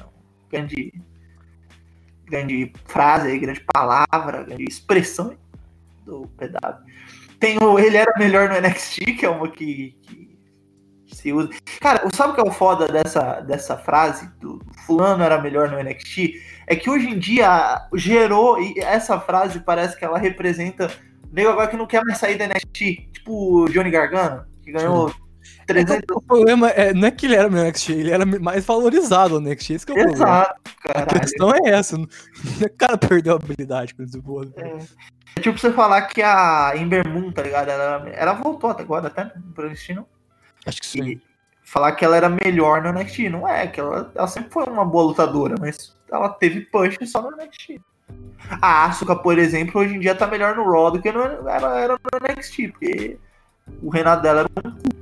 Grande frase, grande palavra, grande expressão do PW. Tem ele era melhor no NXT, que é uma que se usa. Cara, sabe o que é o foda dessa frase? Do fulano era melhor no NXT? É que hoje em dia gerou, e essa frase parece que ela representa o nego agora que não quer mais sair do NXT. Tipo o Johnny Gargano, que ganhou 300... O problema não é que ele era no NXT, ele era mais valorizado no NXT, esse que é o problema. Exato, cara. A questão é essa, o cara perdeu a habilidade com esse boa. É tipo você falar que a Ember Moon, tá ligado? Ela voltou até agora, até pro NXT, não? Acho que sim. E falar que ela era melhor no NXT, não é, que ela sempre foi uma boa lutadora, mas ela teve push só no NXT. A Asuka, por exemplo, hoje em dia tá melhor no Raw do que ela era no NXT, porque o reinado dela era um cu.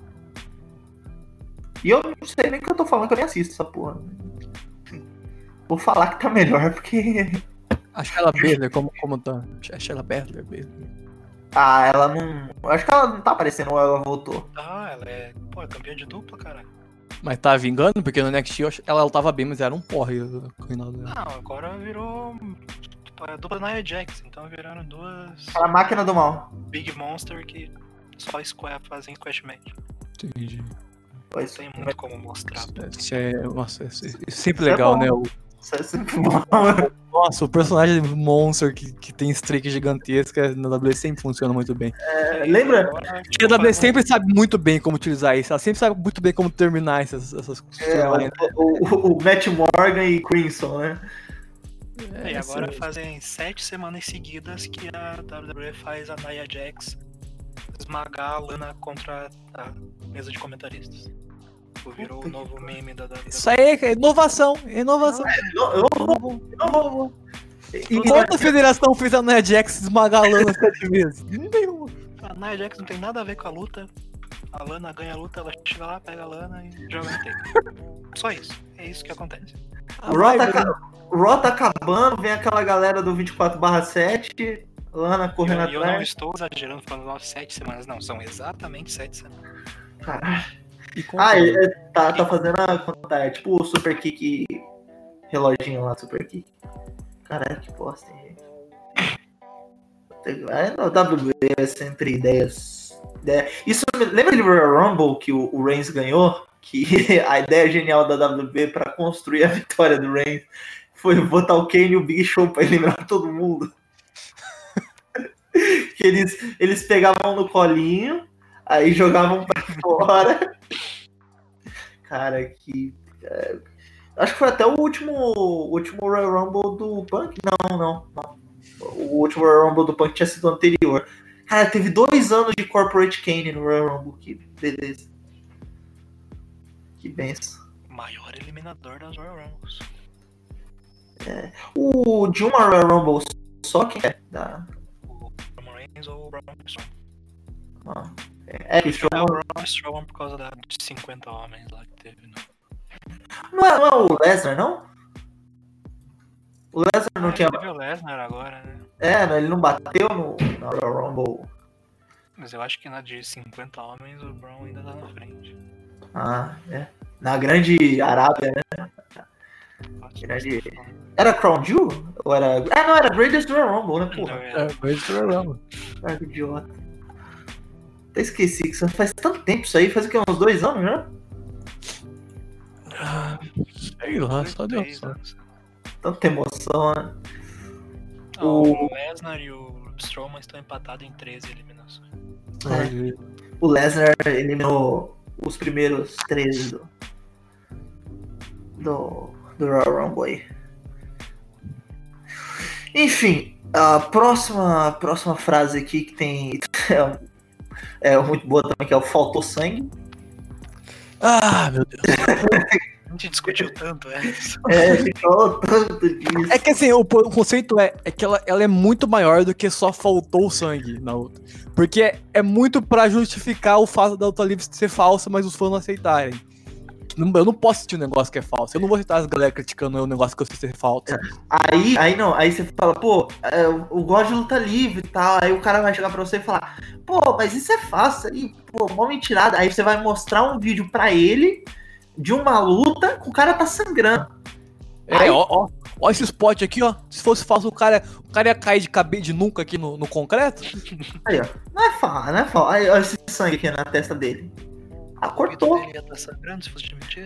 E eu não sei nem o que eu tô falando, que eu nem assisto essa porra. Vou falar que tá melhor, porque... A Shayla Baszler, como tá? A Shayla Baszler. Ela não... Acho que ela não tá aparecendo ou ela voltou. Ela é campeã de dupla, cara. Mas tá vingando? Porque no NXT ela tava bem, mas era um porre. Não, agora virou a dupla Nia Jax, então viraram duas... A máquina do mal. Big Monster que só fazem squash match. Entendi. Não tem muito como mostrar. Nossa, é sempre legal, né? Isso é sempre bom. Nossa, o personagem Monster que tem streak gigantesca na WWE sempre funciona muito bem. Lembra? A WWE sempre sabe muito bem como utilizar isso, ela sempre sabe muito bem como terminar essas o Matt Morgan e Crimson, né? E agora fazem 7 semanas seguidas que a WWE faz a Nia Jax esmagar a Lana contra a mesa de comentaristas. Virou o novo meme da WWE. Isso aí é inovação. Enquanto a federação fez a Nia Jax esmagar a Lana 7 vezes? Nenhuma. A Nia Jax não tem nada a ver com a luta. A Lana ganha a luta, ela chega lá, pega a Lana e joga no tape. Só isso. É isso que acontece. O Raw tá acabando, vem aquela galera do 24/7, Lana correndo atrás. Eu não estou exagerando falando 7 semanas, não. São exatamente 7 semanas. Caralho. E Ele tá fazendo a tipo o Super Kick, reloginho lá, Super Kick. Caralho, que bosta, hein, gente. Aí no WWE é sempre ideias. Isso lembra de Royal Rumble que o Reigns ganhou? Que a ideia genial da WWE pra construir a vitória do Reigns foi botar o Kane e o Big Show pra eliminar todo mundo. Que eles pegavam no colinho, aí jogavam pra fora. Cara, acho que foi até o último Royal Rumble do Punk. Não. O último Royal Rumble do Punk tinha sido o anterior. Cara, teve 2 anos de Corporate Kane no Royal Rumble. Que beleza. Que benção. Maior eliminador das Royal Rumbles. O de uma Royal Rumble só quem é? O Roman Reigns ou o Braun Strowman? Que o Strowman. É o Braun Strowman por causa de 50 homens lá que teve, né? Não é o Lesnar, não? O Lesnar não tinha. Teve o Lesnar agora, né? Ele não bateu na Royal Rumble. Mas eu acho que na de 50 homens o Braun ainda tá na frente. Na grande Arábia, né? Era Crown Jewel? Ou era. Não, era Greatest Royal Rumble, né, porra? Greatest Royal Rumble. Que idiota. Até esqueci que faz tanto tempo isso aí, faz o que, uns 2 anos já? Sei lá, só deu só. Tanta emoção, né? O Lesnar e o Strowman estão empatados em 13 eliminações. O Lesnar eliminou os primeiros 13 do Royal Rumble aí. Enfim, a próxima frase aqui que tem é muito boa também, que é o faltou sangue. Meu Deus. A gente discutiu tanto essa. A gente falou tanto disso. É que assim, o conceito é que ela é muito maior do que só faltou sangue na outra. Porque é muito pra justificar o fato da luta livre ser falsa, mas os fãs não aceitarem. Eu não posso assistir um negócio que é falso. Eu não vou aceitar as galera criticando o negócio que eu sei ser falso. Aí você fala, eu gosto de luta livre e tal. Aí o cara vai chegar pra você e falar, mas isso é fácil aí, mó mentirada. Aí você vai mostrar um vídeo pra ele de uma luta que o cara tá sangrando. Ó esse spot aqui, ó. Se fosse falso, o cara ia cair de cabeça de nunca aqui no concreto. Aí, ó. Não é falso. Aí, olha esse sangue aqui na testa dele. Cortou. Ele ia estar sangrando se fosse de mentira?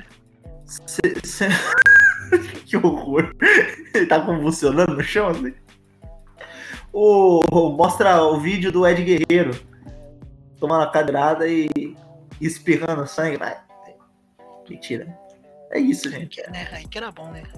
Que horror. Ele tá convulsionando no chão, assim. Mostra o vídeo do Ed Guerreiro tomando a cadeirada e espirrando sangue. Vai. Mentira. É isso, gente. Aí que era bom, né?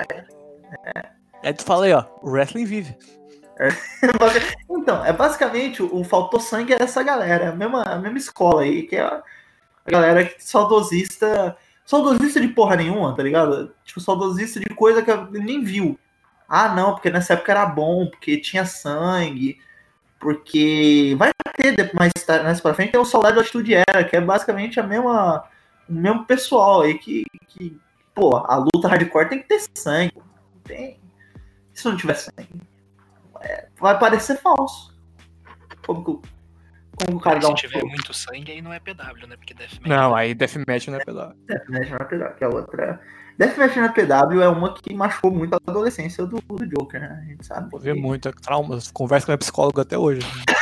Aí tu fala aí, ó. O wrestling vive. Então, basicamente o faltou sangue é essa galera. A mesma escola aí, que é a galera saudosista de porra nenhuma, tá ligado? Tipo, saudosista de coisa que nem viu. Não, porque nessa época era bom, porque tinha sangue, porque vai ter mais pra frente tem o Saudade da Atitude Era, que é basicamente o mesmo pessoal aí que a luta hardcore tem que ter sangue. Tem. Se não tiver sangue, vai parecer falso. Como o cara dá se tiver muito sangue, aí não é PW, né? Porque Deathmatch. Não, aí Deathmatch não é PW. Deathmatch não é PW, que é outra. Deathmatch na PW é uma que machucou muito a adolescência do Joker, né? A gente sabe. Vê muito traumas. Conversa com a minha psicóloga até hoje.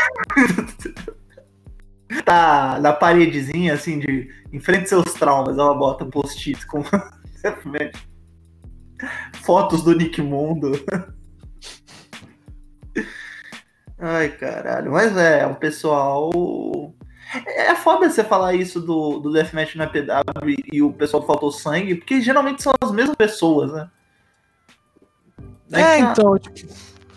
Tá na paredezinha, assim, de enfrente seus traumas, ela bota post-its com Deathmatch. Fotos do Nick Mundo. Ai, caralho. Mas o pessoal... É foda você falar isso do Deathmatch na PW e o pessoal faltou sangue, porque geralmente são as mesmas pessoas, né? Então, tipo...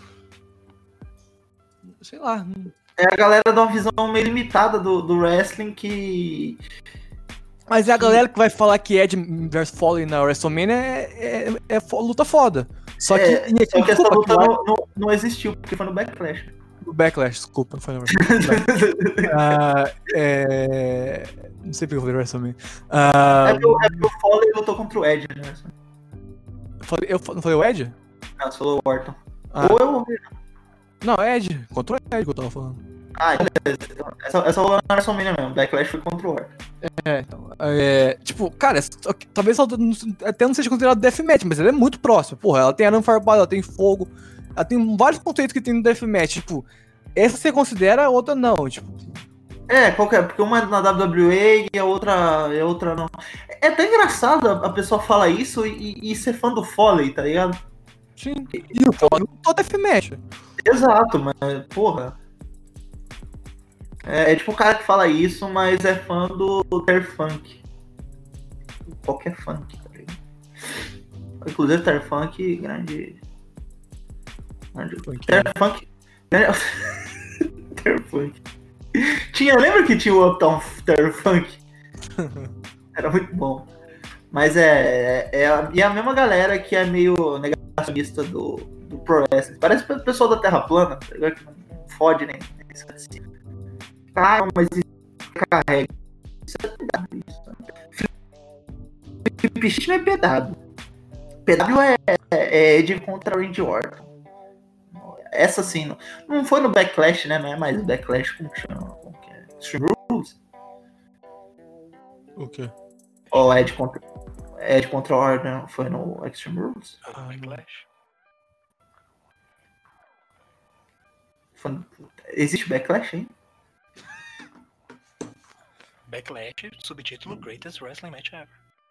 Sei lá. É a galera dá uma visão meio limitada do wrestling que... Mas é a galera que vai falar que Edge vs Foley na WrestleMania é luta foda. Só que essa luta não existiu, porque foi no Backlash. No Backlash, desculpa, não foi no não sei porque eu falei WrestleMania. Porque o Foley lutou contra o Edge, né? Eu não falei o Edge? Não, você falou o Orton. Não, Edge. Contra o Edge que eu tava falando. Ah, beleza. Essa rolou na WrestleMania mesmo. Backlash foi contra o Orton. Tipo, cara, talvez até não seja considerado deathmatch, mas ela é muito próxima. Porra, ela tem arame farpado, ela tem fogo, ela tem vários conceitos que tem no deathmatch. Tipo, essa você considera, a outra não. Tipo, Qualquer, porque uma é na WWE e a outra não. É até engraçado a pessoa falar isso e ser fã do Foley, tá ligado? sim. E o foda não é deathmatch. Exato, mas, porra. É tipo o cara que fala isso, mas é fã do Ter Funk. Qualquer funk, tá ligado? Inclusive Ter Funk, grande. Ter Funk. Ter Funk. Lembra que tinha o Uptown Ter Funk? Era muito bom. Mas e a mesma galera que é meio negacionista do Pro Wrestling. Parece o pessoal da Terra Plana, tá ligado? Que não fode nem isso assim. Ah, mas isso carrega. Isso é pedado. Felipe Schmidt não é pedado. PW é Edge contra Randy Orton. Essa sim, não foi no Backlash, né? Não é mais Backlash com Extreme Rules. O quê? Ou Edge contra Orton foi no Extreme Rules? Backlash. Existe Backlash, hein? Backlash, subtítulo Greatest Wrestling Match Ever.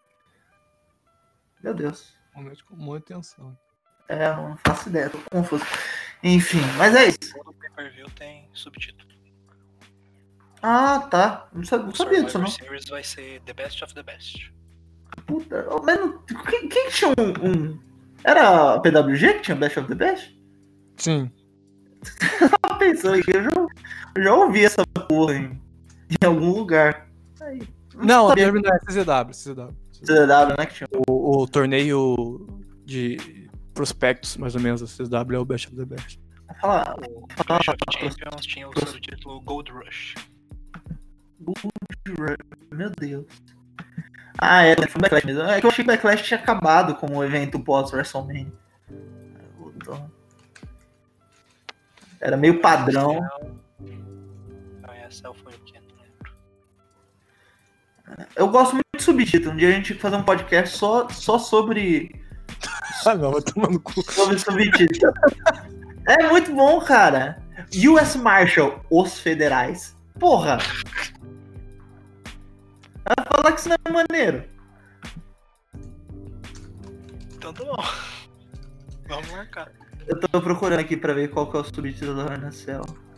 Meu Deus. Realmente com muita atenção. Eu não faço ideia, tô confuso. Enfim, mas é isso. Todo pay-per-view tem subtítulo. Ah, tá. Não sabia disso, não. O Series vai ser The Best of the Best. Puta, mas quem tinha um... Era a PWG que tinha Best of the Best? Sim. Tava pensando aqui, eu já ouvi essa porra em algum lugar. Aí, Não, sabia. é CZW. CW, né, que tinha. O torneio de prospectos, mais ou menos, a CZW é o Best of the Best. Fala, O Clash of Champions tinha o subtítulo Gold Rush. meu Deus. Foi Backlash mesmo. É que eu achei que Backlash tinha acabado como evento pós-WrestleMania. Então, era meio padrão. Não, essa foi o que? Não lembro. Eu gosto muito de subtítulo. Um dia a gente tem que fazer um podcast só sobre Não, vai tomar no cu. sobre subtítulo. É muito bom, cara. US Marshal, os federais. Porra! Vai falar que isso não é maneiro. Então tá bom. Vamos marcar. Eu tô procurando aqui pra ver qual que é o subtítulo da Renascel.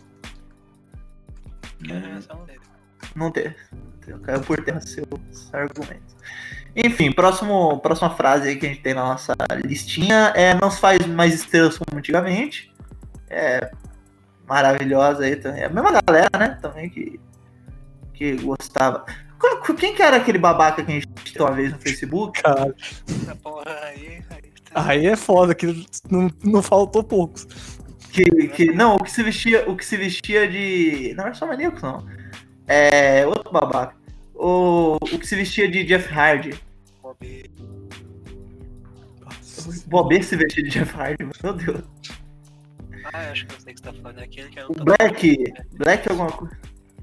Não tem. Caiu por terra seus argumentos. Enfim, próxima frase aí que a gente tem na nossa listinha não se faz mais estrelas como antigamente. É maravilhosa aí também. É a mesma galera, né? Também que gostava. Quem que era aquele babaca que a gente tinha uma vez no Facebook? Cara, Porra, aí é foda, que não faltou poucos. Não, o que se vestia de. Não era só maníaco, não. Outro babaca. O que se vestia de Jeff Hardy. Bobê se vestia de Jeff Hardy, meu Deus. Acho que eu sei que você tá falando. É aquele que era o Black alguma coisa.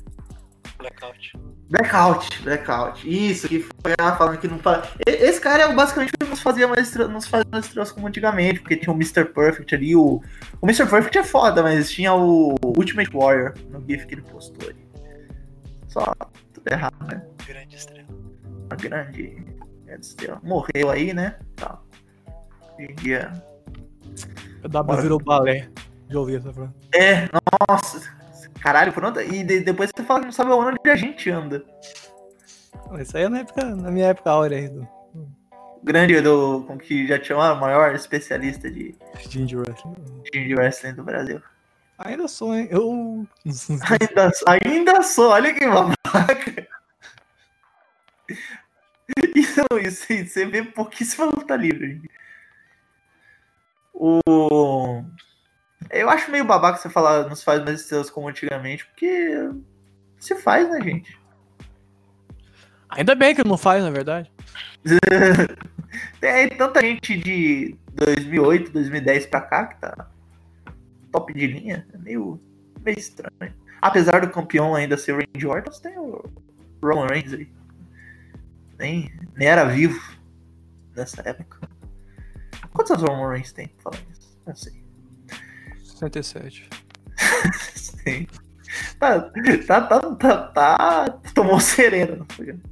Blackout. Isso, que foi falando que não fala. Esse cara basicamente não fazia mais estrelas como antigamente, porque tinha o Mr. Perfect ali. O Mr. Perfect é foda, mas tinha o Ultimate Warrior no GIF que ele postou ali. Só tudo errado, né? Grande estrela. Uma grande estrela. Morreu aí, né? Tá. Hoje em dia. O W virou balé. Já ouvi essa frase. Nossa. Caralho, pronto. E depois você fala que não sabe onde a gente anda. Isso aí é na minha época áurea aí do grande com que já tinha o maior especialista de Ginger Wrestling. Wrestling do Brasil. Ainda sou, hein? Eu. Ainda sou, olha que babaca. Isso você vê pouquíssima luta livre. Eu acho meio babaca você falar não se faz mais estrelas como antigamente, porque se faz, né, gente? Ainda bem que não faz, na verdade. Tem tanta gente de 2008, 2010 pra cá que tá top de linha. É meio estranho. apesar do campeão ainda ser o Randy Orton, tem o Roman Reigns aí. Nem era vivo nessa época. Quantos anos o Roman Reigns tem? Fala isso. Não sei. 67. Sim. Tá. Tomou sereno.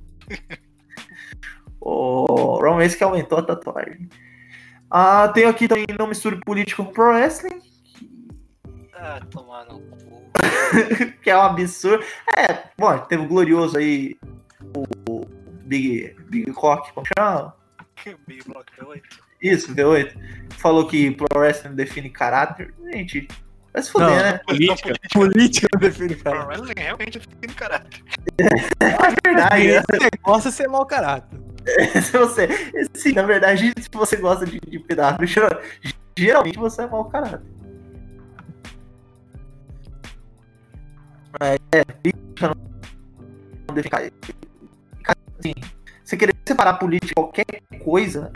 O Roman Reigns que aumentou a tatuagem. Tem aqui também Não Misture Política com Pro Wrestling. Tomar no cu. Que é um absurdo. Bom, teve o glorioso aí, o Big Cock, como chama? Big Block V8. Isso, V8. Falou que Pro Wrestling define caráter. Gente, vai se fuder, Não, né? Política não define Pro caráter. Wrestling realmente define caráter. É verdade, né? Você gosta de ser mau caráter. Sim, na verdade, se você gosta de PW, geralmente você é mau caráter. Não define caráter. Assim, você querer separar política de qualquer coisa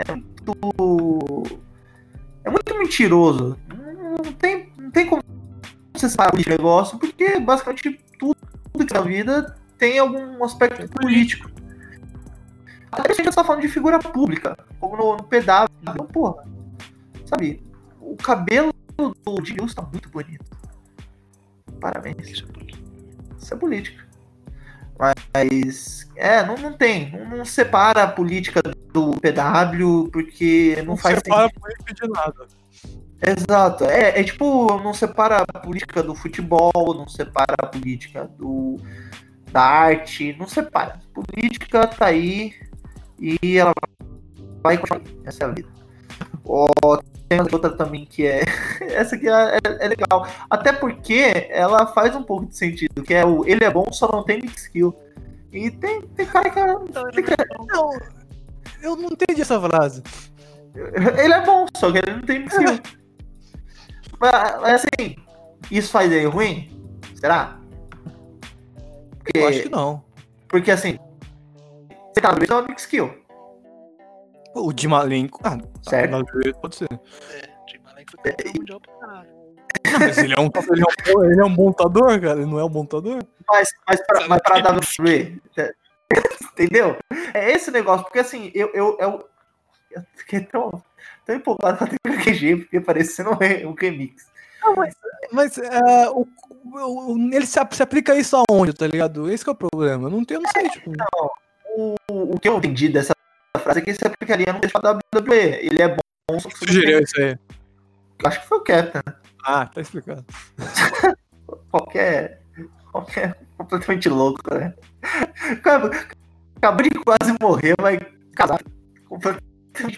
é muito mentiroso. Não tem como você separar política de negócio, porque basicamente tudo que na vida tem algum aspecto político. Até a gente tá falando de figura pública, como no PW. Então, porra, sabe, o cabelo do Gilson tá muito bonito. Parabéns. Isso é política. Mas, não separa a política do PW, porque não faz sentido. Não separa a política de nada. Exato. É tipo, não separa a política do futebol, não separa a política da arte, não separa. A política tá aí e ela vai continuar. Essa é a vida. Tem outra também que é... Essa aqui é legal. Até porque ela faz um pouco de sentido, que é ele é bom, só não tem mix skill. E tem cara que... Não, eu não entendi essa frase. Ele é bom, só que ele não tem mix skill. Mas assim, isso faz ele ruim? Será? Porque, Eu acho que não. Porque assim, você tá vendo uma mix skill. O de Malenko. Certo. Pode ser. De Malenko foi campeão mundial pra caralho. Não, mas ele é um bom lutador, cara. Ele não é um bom lutador. Mas pra WWE, entendeu? É esse negócio, porque assim, eu fiquei tão empolgado com a TKG, porque parecendo um remix. Não, mas ele se aplica isso aonde, tá ligado? Esse que é o problema. Eu não sei, tipo... O que eu entendi dessa frase é que se aplicaria no deixar da WWE. Ele é bom, só que Sugeriu isso aí. acho que foi o Captain. Tá explicado. Qualquer completamente louco, né? Acabou de quase morrer, vai casar completamente.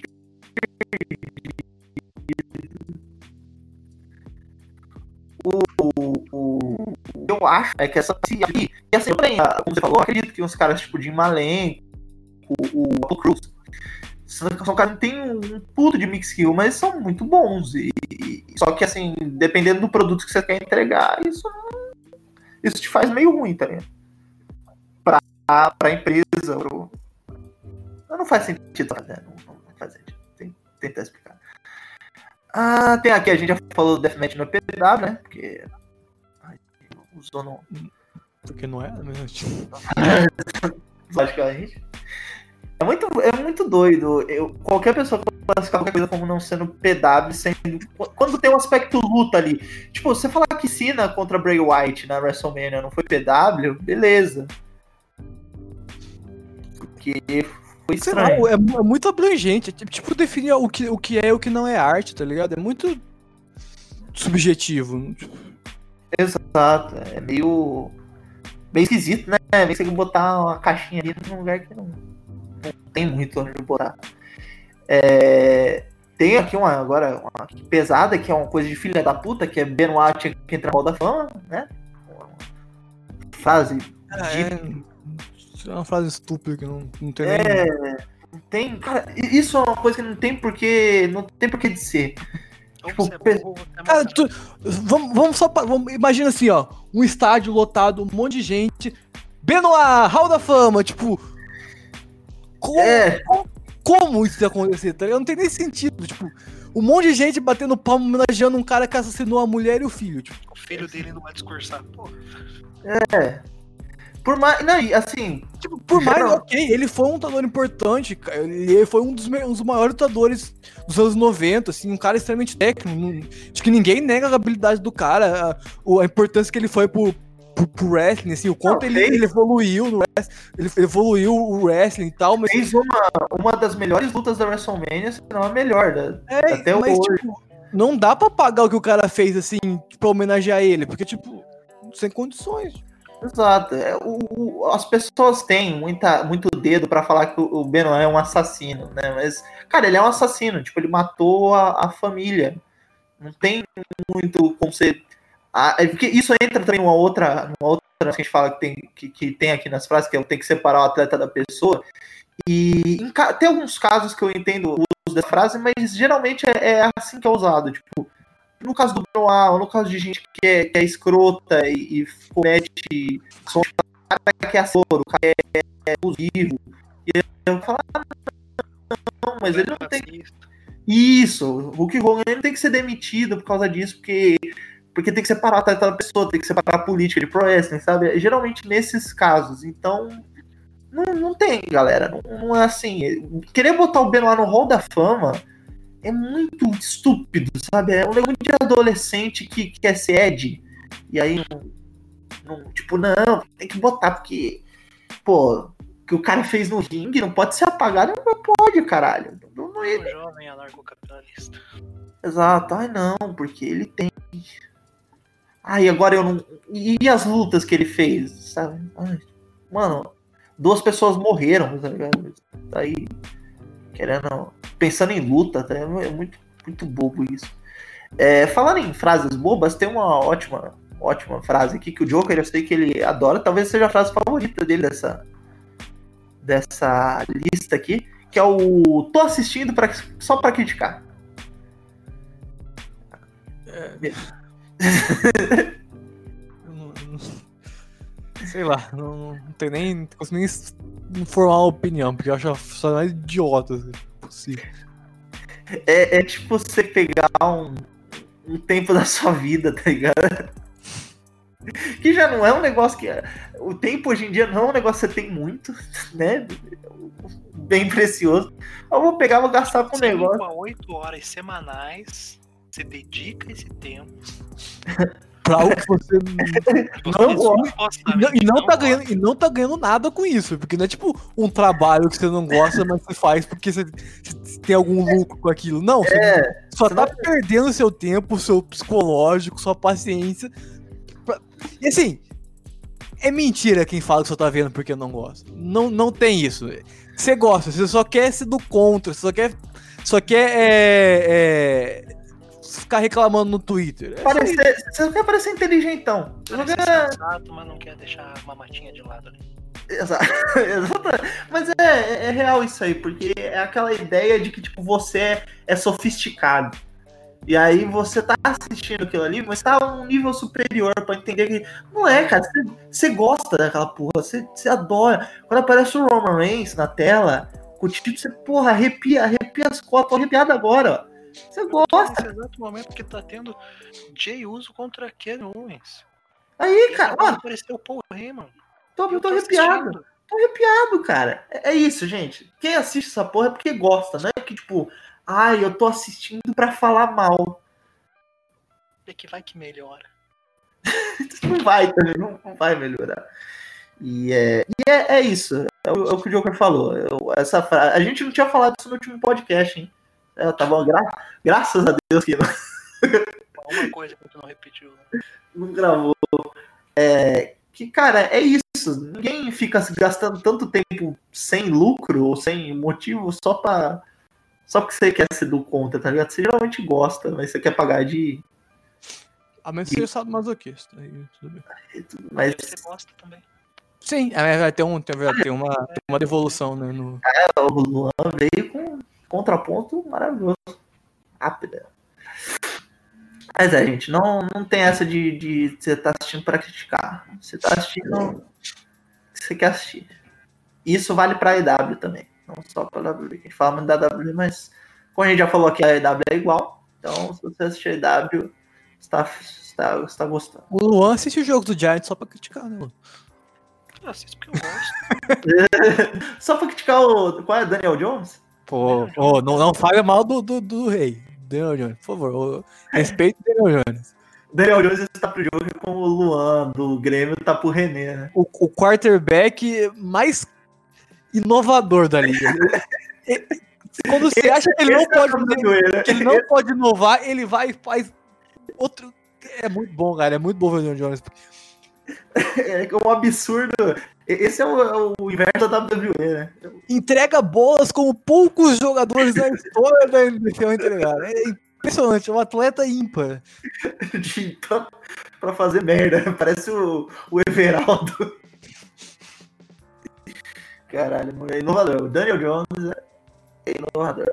Eu acho que essa aqui, e assim, como você falou, eu acredito que uns caras tipo de Malenko, o Apollo Crews, são caras que tem um puto de mix skill, mas são muito bons. Só que assim, dependendo do produto que você quer entregar, isso te faz meio ruim, tá ligado? Pra empresa. Não faz sentido fazer. Não faz sentido. Tem que tentar explicar. Tem aqui, a gente já falou do Deathmatch no PW, né? Porque usou no... Porque não é, né? Logicamente. É muito doido. Qualquer pessoa que classificar qualquer coisa como não sendo PW, quando tem um aspecto luta ali. Tipo, você falar que Cena contra Bray Wyatt na WrestleMania não foi PW, beleza. Porque foi estranho. Não, é muito abrangente. Tipo, definir o que é e o que não é arte, tá ligado? É muito subjetivo. Exato. É meio esquisito, né? Meio que você tem que botar uma caixinha ali num lugar que não tem muito onde botar. Tem aqui uma pesada, que é uma coisa de filha da puta, que é Benoit tinha que entrar na Hall da Fama, né? Uma frase é uma frase estúpida que não tem não tem, cara, isso é uma coisa que não tem porquê de ser. Tipo, cara, vamos imagina assim, ó, um estádio lotado, um monte de gente, Benoit, Hall da Fama, tipo, como isso ia acontecer, tá ligado? Não tem nem sentido, tipo, Um monte de gente batendo palmo homenageando um cara que assassinou a mulher e o filho. Tipo, O filho dele não vai discursar, porra. Por mais. Não, e assim. tipo, por mais, geral- ok, ele foi um lutador importante, ele foi um dos maiores lutadores dos anos 90, assim, um cara extremamente técnico. Acho que ninguém nega a habilidade do cara, a importância que ele foi pro wrestling, assim, o quanto ele evoluiu no wrestling, ele evoluiu o wrestling e tal, mas... Fez uma das melhores lutas da WrestleMania, se não a melhor, até mas, hoje. tipo, não dá pra pagar o que o cara fez, assim, pra homenagear ele, porque, tipo, sem condições. Exato. As pessoas têm muito dedo pra falar que o Benoit é um assassino, né? Mas, cara, ele é um assassino. Tipo, ele matou a família. Não tem muito como você... porque isso entra também numa outra que a gente fala que tem aqui nas frases, que é tem que separar o atleta da pessoa. E tem alguns casos que eu entendo o uso dessa frase, mas geralmente é assim que é usado. Tipo, no caso do Benoit, ou no caso de gente que é escrota e comete som de cara que é assor, o cara é abusivo. E eu falo, não, mas ele não tem. Isso, o Hulk Hogan ele tem que ser demitido por causa disso, porque tem que separar a atleta da pessoa, tem que separar a política de pro wrestling, sabe? Geralmente nesses casos. Então, não tem, galera. Não é assim. Querer botar o Benoit no Hall da Fama é muito estúpido, sabe? É um negócio de adolescente que quer ser Ed. E aí, tipo, não, tem que botar, porque, pô, o que o cara fez no ringue não pode ser apagado, não pode, caralho. Não é um jovem anarcocapitalista. Exato, ai não, porque ele tem. Ai, agora eu não. E as lutas que ele fez, sabe? Ai, mano, 2 pessoas morreram, tá ligado? Aí, querendo. Pensando em luta, tá? É muito, muito bobo isso. Falando em frases bobas, tem uma ótima frase aqui que o Joker, eu sei que ele adora, talvez seja a frase favorita dele dessa lista aqui, que é o tô assistindo só pra criticar. Sei lá, não tem nem. Não consigo nem formar uma opinião, porque eu acho só mais idiota possível. É tipo você pegar um tempo da sua vida, tá ligado? Que já não é um negócio que. O tempo hoje em dia não é um negócio que você tem muito, né? Bem precioso. Eu vou pegar, vou gastar com o negócio. 5 a 8 horas semanais, você dedica esse tempo Pra algo que você não gosta. E não tá ganhando nada com isso. Porque não é tipo um trabalho que você não gosta, mas você faz porque você tem algum lucro com aquilo. Não, você só tá perdendo seu tempo, seu psicológico, sua paciência. E assim, é mentira quem fala que só tá vendo porque não gosta. Não tem isso. Você gosta, você só quer ser do contra, você só quer ficar reclamando no Twitter. Você quer parecer inteligentão. Parece sensato, mas não quer deixar uma matinha de lado ali. Exato. Mas é real isso aí, porque é aquela ideia de que tipo, você é sofisticado. E aí você tá assistindo aquilo ali, mas tá a um nível superior pra entender que não é, cara. Você gosta daquela porra, você adora. Quando aparece o Roman Reigns na tela, com o título, você, porra, arrepia as costas, tô arrepiado agora, ó. Você gosta. Nesse exato momento que tá tendo Jey Uso contra Kevin Owens. Aí, cara, ó. Apareceu o Paul Heyman. Tô arrepiado. Assistindo. Tô arrepiado, cara. É isso, gente. Quem assiste essa porra é porque gosta, não é porque, tipo, ai, eu tô assistindo pra falar mal. É que vai que melhora. Não vai também, não vai melhorar. E é isso. É o que o Joker falou. Essa frase, a gente não tinha falado isso no último podcast, hein? Tá bom, graças a Deus que Uma coisa que tu não repetiu. Né? Não gravou. Que, cara, é isso. Ninguém fica gastando tanto tempo sem lucro ou sem motivo só porque você quer ser do contra, tá ligado? Você geralmente gosta, mas você quer pagar de... A menos que seja sadomasoquista. Aí tudo bem. Mas você gosta também. Sim, vai ter uma devolução, né? O Luan veio com um contraponto maravilhoso. Rápida. Mas gente, não tem essa de você tá assistindo pra criticar. Você tá assistindo que você quer assistir. Isso vale pra EW também. Não só pra WWE. A gente fala muito da WWE, mas Como a gente já falou aqui, a EW é igual. Então, se você assistir a EW, está gostando. O Luan assiste o jogo do Giants só pra criticar, né, Luan? Eu assisto porque eu gosto. Só pra criticar o... Qual é? Daniel Jones? Pô, não fale mal do rei. Daniel Jones, por favor. Respeite o Daniel Jones. Daniel Jones está pro jogo como o Luan do Grêmio tá pro René, né? O quarterback mais inovador da liga. Quando você acha que ele não pode inovar, ele vai e faz outro. É muito bom, cara. É muito bom ver o Daniel Jones. É um absurdo. Esse é o inverno da WWE, né? Entrega bolas como poucos jogadores da história da NFL entregaram. É impressionante, é um atleta ímpar. Pra fazer merda. Parece o Everaldo. Caralho, é inovador. O Daniel Jones é inovador.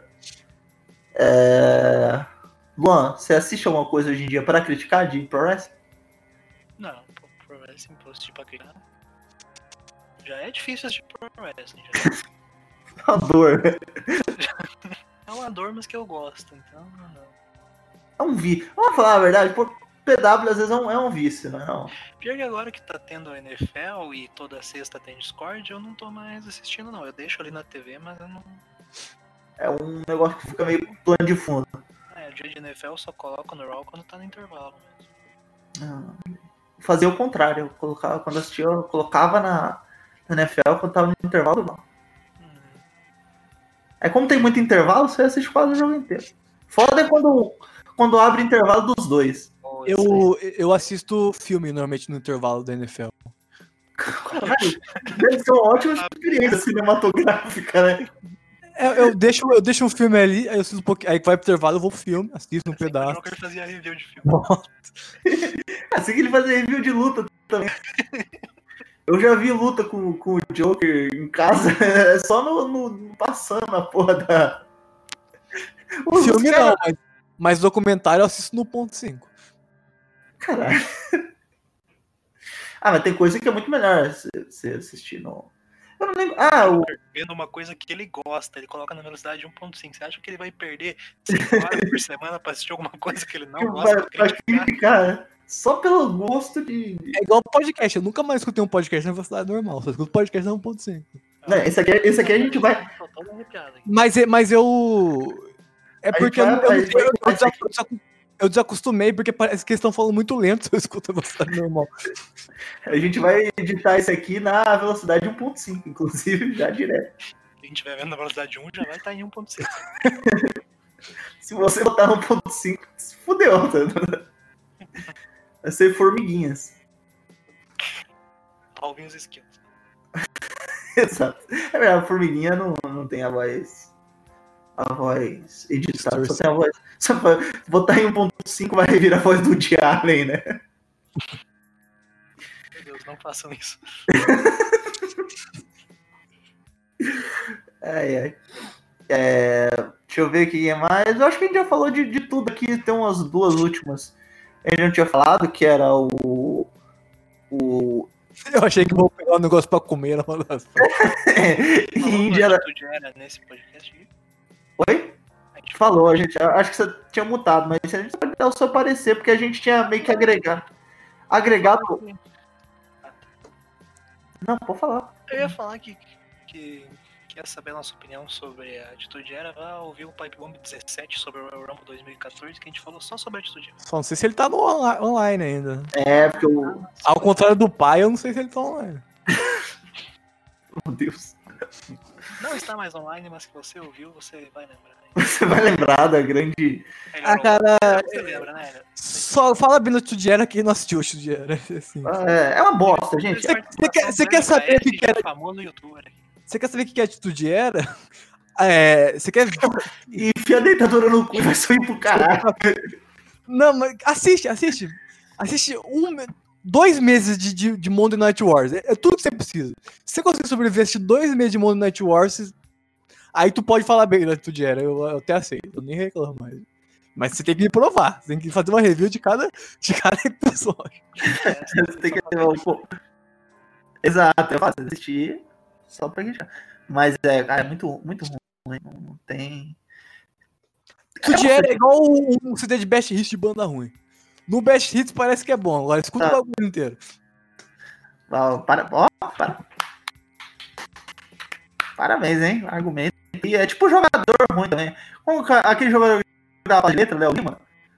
Luan, você assiste alguma coisa hoje em dia para criticar de Pro Wrestling? Não, Pro Wrestling, pra assistir pra criar. Já é difícil assistir Pro Wrestling. É uma dor. É uma dor, mas que eu gosto, então não. É um vício. Vamos falar a verdade, PW às vezes é um vício, não é não? Pior que agora que tá tendo a NFL e toda sexta tem Discord, eu não tô mais assistindo não. Eu deixo ali na TV, mas eu não... É um negócio que fica meio plano de fundo. Dia de NFL eu só coloco no Raw quando tá no intervalo mesmo. Fazia o contrário. Eu colocava, quando assistia, eu colocava na NFL quando tava no intervalo do Raw. É como tem muito intervalo, você assiste quase o jogo inteiro. Foda é quando abre intervalo dos dois. Eu assisto filme normalmente no intervalo da NFL. Caralho, deve ser uma ótima experiência cinematográfica, né? Eu deixo um filme ali, aí eu assisto um pouquinho, aí vai pro intervalo, eu vou pro filme, assisto um pedaço. Ele fazia review de filme. Assim que ele fazia review de luta também. Eu já vi luta com o Joker em casa, só no passando a porra da... Filme não, mas documentário eu assisto no 1.5. Caralho. Mas tem coisa que é muito melhor você assistir no... Eu não lembro. Vendo uma coisa que ele gosta, ele coloca na velocidade de 1.5. Você acha que ele vai perder 5 horas por semana pra assistir alguma coisa que ele não gosta? Pra criticar, né? Só pelo gosto de... É igual podcast, eu nunca mais escutei um podcast na velocidade normal, só escuto podcast na 1.5. Não, esse aqui a gente vai... Mas eu... É porque eu desacostumei, porque parece que eles estão falando muito lento se eu escuto a velocidade normal. A gente vai editar isso aqui na velocidade 1.5, inclusive, já direto. Quem estiver vendo na velocidade 1 já vai estar em 1.5. Se você botar 1.5, se fudeu. Vai ser formiguinhas. Alvinhos esquilos. Exato. É verdade, a formiguinha não tem a voz editada, só tem a voz... Só pra botar em 1.5 vai virar a voz do Woody Allen, né? Meu Deus, não façam isso. Ai. Deixa eu ver aqui mais. Eu acho que a gente já falou de tudo aqui. Tem umas duas últimas. A gente não tinha falado, que era o... Eu achei que vou pegar um negócio pra comer na hora das... Índia... era nesse podcast aqui? Oi? A gente falou, acho que você tinha mutado, mas a gente pode dar o seu parecer, porque a gente tinha meio que agregado. Não, pode falar. Eu ia falar que quer saber a nossa opinião sobre a Atitude Era, vai ouvir o Pipe Bomb 17 sobre o Royal Rumble 2014, que a gente falou só sobre a Atitude Era. Só não sei se ele tá no online ainda. Porque eu... Ao contrário do pai, eu não sei se ele tá online. Meu Deus. Não está mais online, mas que você ouviu, você vai lembrar. Você vai lembrar da grande... Cara... Você lembra, né? Só fala bem do Atitude Era que não assistiu o Atitude Era. Assim. É uma bosta, gente. Você quer saber o que era... famoso youtuber. Você quer saber o que a Atitude Era? Você quer... Enfia a deitadura no cu e vai subir pro caralho. Não, mas assiste. Assiste 2 meses de Monday Night Wars. É tudo que você precisa. Se você conseguir sobreviver a assistir 2 meses de Monday Night Wars, aí tu pode falar bem da Atitude Era. Eu até aceito, eu nem reclamo mais. Mas você tem que me provar. Você tem que fazer uma review de cada episódio. Você tem que ter um pouco... Exato, eu faço assistir só pra queixar. Mas é muito, muito ruim. Não tem... Sugiere é igual um CD de Best Hits de banda ruim. No Best Hits parece que é bom, agora escuta o bagulho inteiro. Parabéns, hein? Argumento. E é tipo jogador ruim também. Como aquele jogador que jogava de letra, Léo Lima.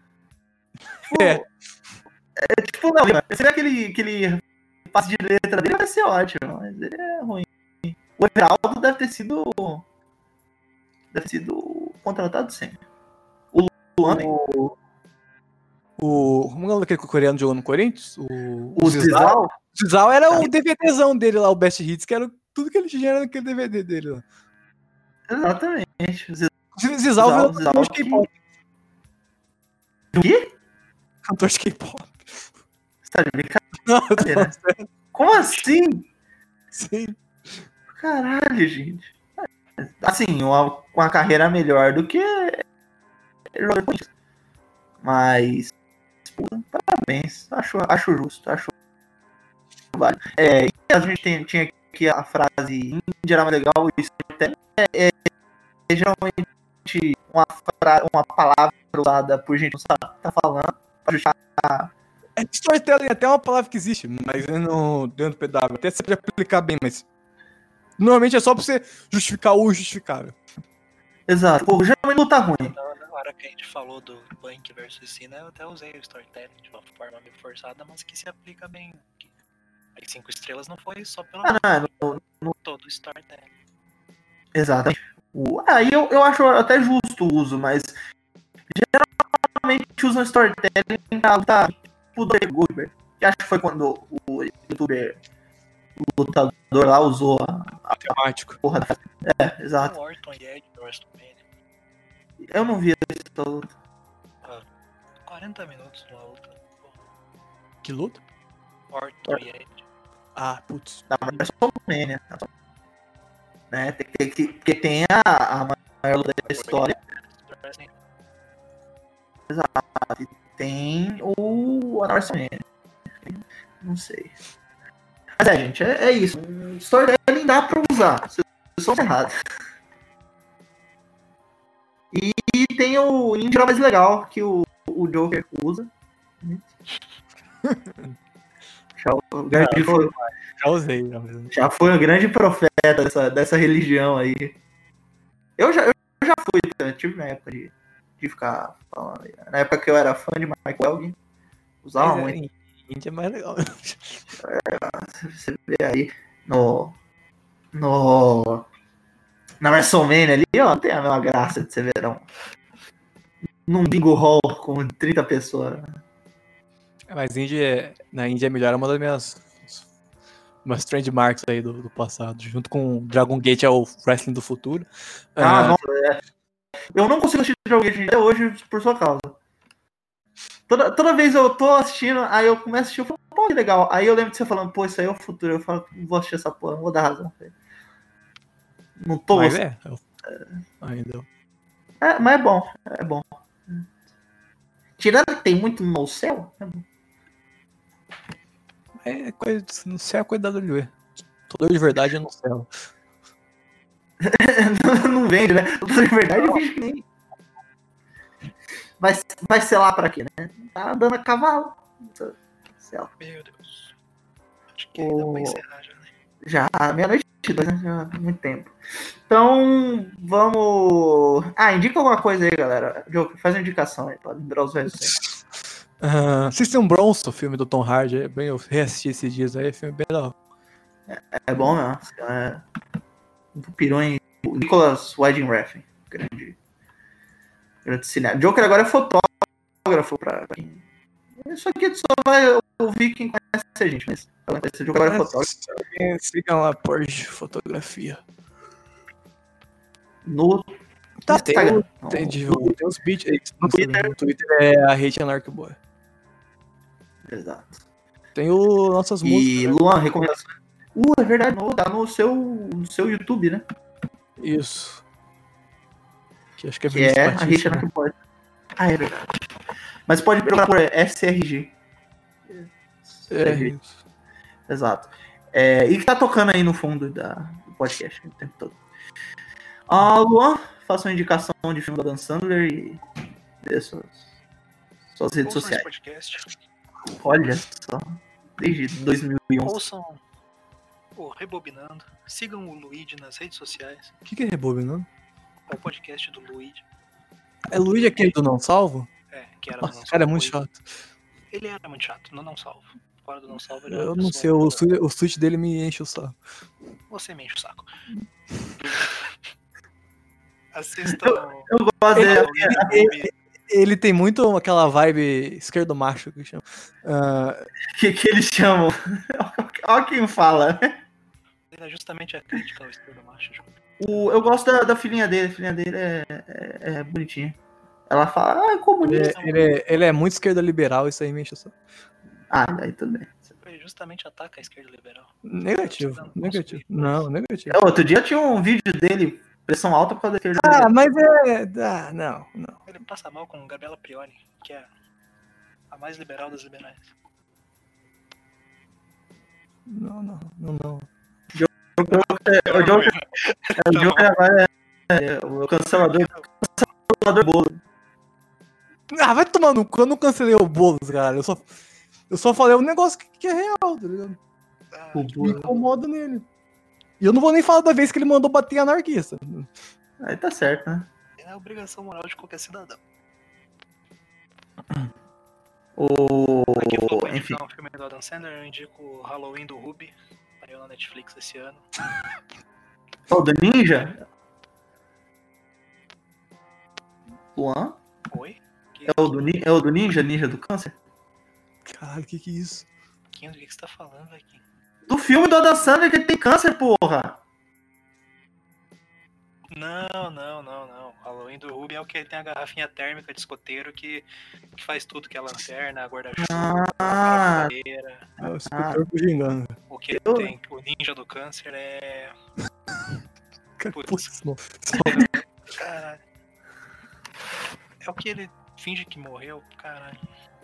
É tipo o Léo Lima. Você vê aquele passe de letra dele, vai ser ótimo, mas ele é ruim. O Everaldo deve ter sido contratado sempre. O Luan. Como é aquele coreano jogando no Corinthians? O Zizal? O Zizal era o DVDzão dele lá, o Best Hits, que era tudo que ele tinha naquele DVD dele lá. Exatamente. O Zizal virou cantor de K-pop. O quê? Cantor de K-pop. Você tá de brincadeira? Como assim? Sim. Caralho, gente. Assim, uma carreira melhor do que jogador com isso. Mas, parabéns. Acho justo. Acho válido. E a gente tinha aqui a frase Índia era mais legal. Isso é geralmente uma palavra usada por gente que não sabe o que tá falando. Pra justificar. Storytelling até é uma palavra que existe, mas não dentro do PW. Até você pode aplicar bem, mas normalmente é só pra você justificar o injustificável. Exato. Pô, geralmente luta ruim. Na hora que a gente falou do Punk versus Cena, eu até usei o storytelling de uma forma meio forçada, mas que se aplica bem. As 5 estrelas não foi só pelo todo o storytelling. Exatamente. Aí eu acho até justo o uso, mas geralmente usam storytelling pra lutar tipo do Goldberg. Acho que foi quando o youtuber, o lutador lá usou a temático. Porra da... exato. O Orton e Edge do WrestleMania. Eu não vi essa luta. 40 minutos numa luta. Que luta? Orton e Edge. Ah, putz. Da WrestleMania. Né? Porque tem a maior luta da história. Exato. E tem o WrestleMania. Não sei. Mas gente, é isso. Storytelling dá pra usar. Vocês são errados. E tem o Índia mais legal que o Joker usa. Já usei. Já foi um grande profeta dessa religião aí. Eu já fui, eu tive na época de ficar falando aí. Na época que eu era fã de Mike Weldon, usava muito. Índia é mais legal. Você vê aí na WrestleMania ali, ó, não tem a mesma graça de você ver num bingo hall com 30 pessoas. Mas na Índia é melhor, é uma das minhas trademarks aí do passado, junto com Dragon Gate é o Wrestling do futuro. Não, eu não consigo assistir Dragon Gate até hoje por sua causa. Toda vez eu tô assistindo, aí eu começo a assistir, eu falo, pô, que legal. Aí eu lembro de você falando, pô, isso aí é o futuro. Eu falo, não vou assistir essa porra, não vou dar razão. Não tô mas gostando. Ainda. Mas é bom. Tirando que tem muito no céu, é bom. No céu é coisa da WWE. Todo de verdade é no céu. Não vende, né? Todo de verdade eu vejo que nem. Vai ser lá pra quê, né? Tá andando a cavalo. Céu. Meu Deus. Acho que dá pra encerrar já, né? Já, meia-noite, né? Já há muito tempo. Então, vamos... indica alguma coisa aí, galera. Joker, faz uma indicação aí, pra lembrar os velhos tempos. Assistam Bronson, o filme do Tom Hardy. Eu reassisti esses dias aí, filme bem legal. É bom, né? Do pirões. O Nicholas Winding Refn. Grande cineasta. Joker agora é fotógrafo pra quem... Isso aqui só vai ouvir quem conhece a gente, mas esse Joker agora é fotógrafo. Sigam lá, Porsche Fotografia. No Instagram. Tem uns beats. No Twitter é a Hate Anarchy Boy. Exato. Tem nossas músicas. E Luan, recomendação. É verdade, tá no seu YouTube, né? Isso. Que acho que é a Hate Anarchy Boy. É verdade. Mas pode procurar por SRG. Isso. Exato. E que tá tocando aí no fundo do podcast o tempo todo. Luan, faça uma indicação de filme da Dan Sandler e Dê suas redes Ouçam esse sociais. podcast. Olha só. Desde 2011. Ouçam o Rebobinando. Sigam o Luigi nas redes sociais. O que é rebobinando? É o podcast do Luigi. É Luigi aquele do Não Salvo? Que era do Nossa, Não cara, é Salvo. muito chato. Ele era muito chato, no Não Salvo. Fora do Não Salvo, ele era Eu uma não pessoa sei, muito o switch dele me enche o saco. Você me enche o saco. Assistam. Eu gosto Ele tem muito aquela vibe esquerdo macho que chama. que eles chamam. Olha quem fala. Ele é justamente a crítica ao esquerdo macho. Eu gosto da filhinha dele. A filhinha dele é bonitinha. Ela fala, é comunista. Ele é muito esquerda liberal, isso aí me enche o saco. Daí tudo bem. Ele justamente ataca a esquerda liberal. Negativo. Não, negativo. Outro dia tinha um vídeo dele, pressão alta por causa da esquerda. Mas não. Ele passa mal com Gabriela Prioli, que é a mais liberal das liberais. Não. O Joker agora é o cancelador bolo. Vai tomar no cu, eu não cancelei o Boulos, cara. Eu só falei um negócio que é real, tá ligado? Me incomoda nele. E eu não vou nem falar da vez que ele mandou bater em anarquista. Aí tá certo, né? É a obrigação moral de qualquer cidadão. Aqui eu vou indicar um filme do Adam Sandler, eu indico Halloween do Ruby. Saiu na Netflix esse ano. Do Ninja? Luan? Oi? É o do Ninja do Câncer? Caralho, que é isso? Quinho, do que você tá falando aqui? Do filme do Adam Sandler que ele tem câncer, porra! Não. Halloween do Ruby é o que ele tem a garrafinha térmica de escoteiro que faz tudo, que é lanterna, guarda-chuva, cadeira. É o escritor bugiganga. O que ele tem, o ninja do câncer é... Putz, não. Caralho. É o que ele finge que morreu, caralho.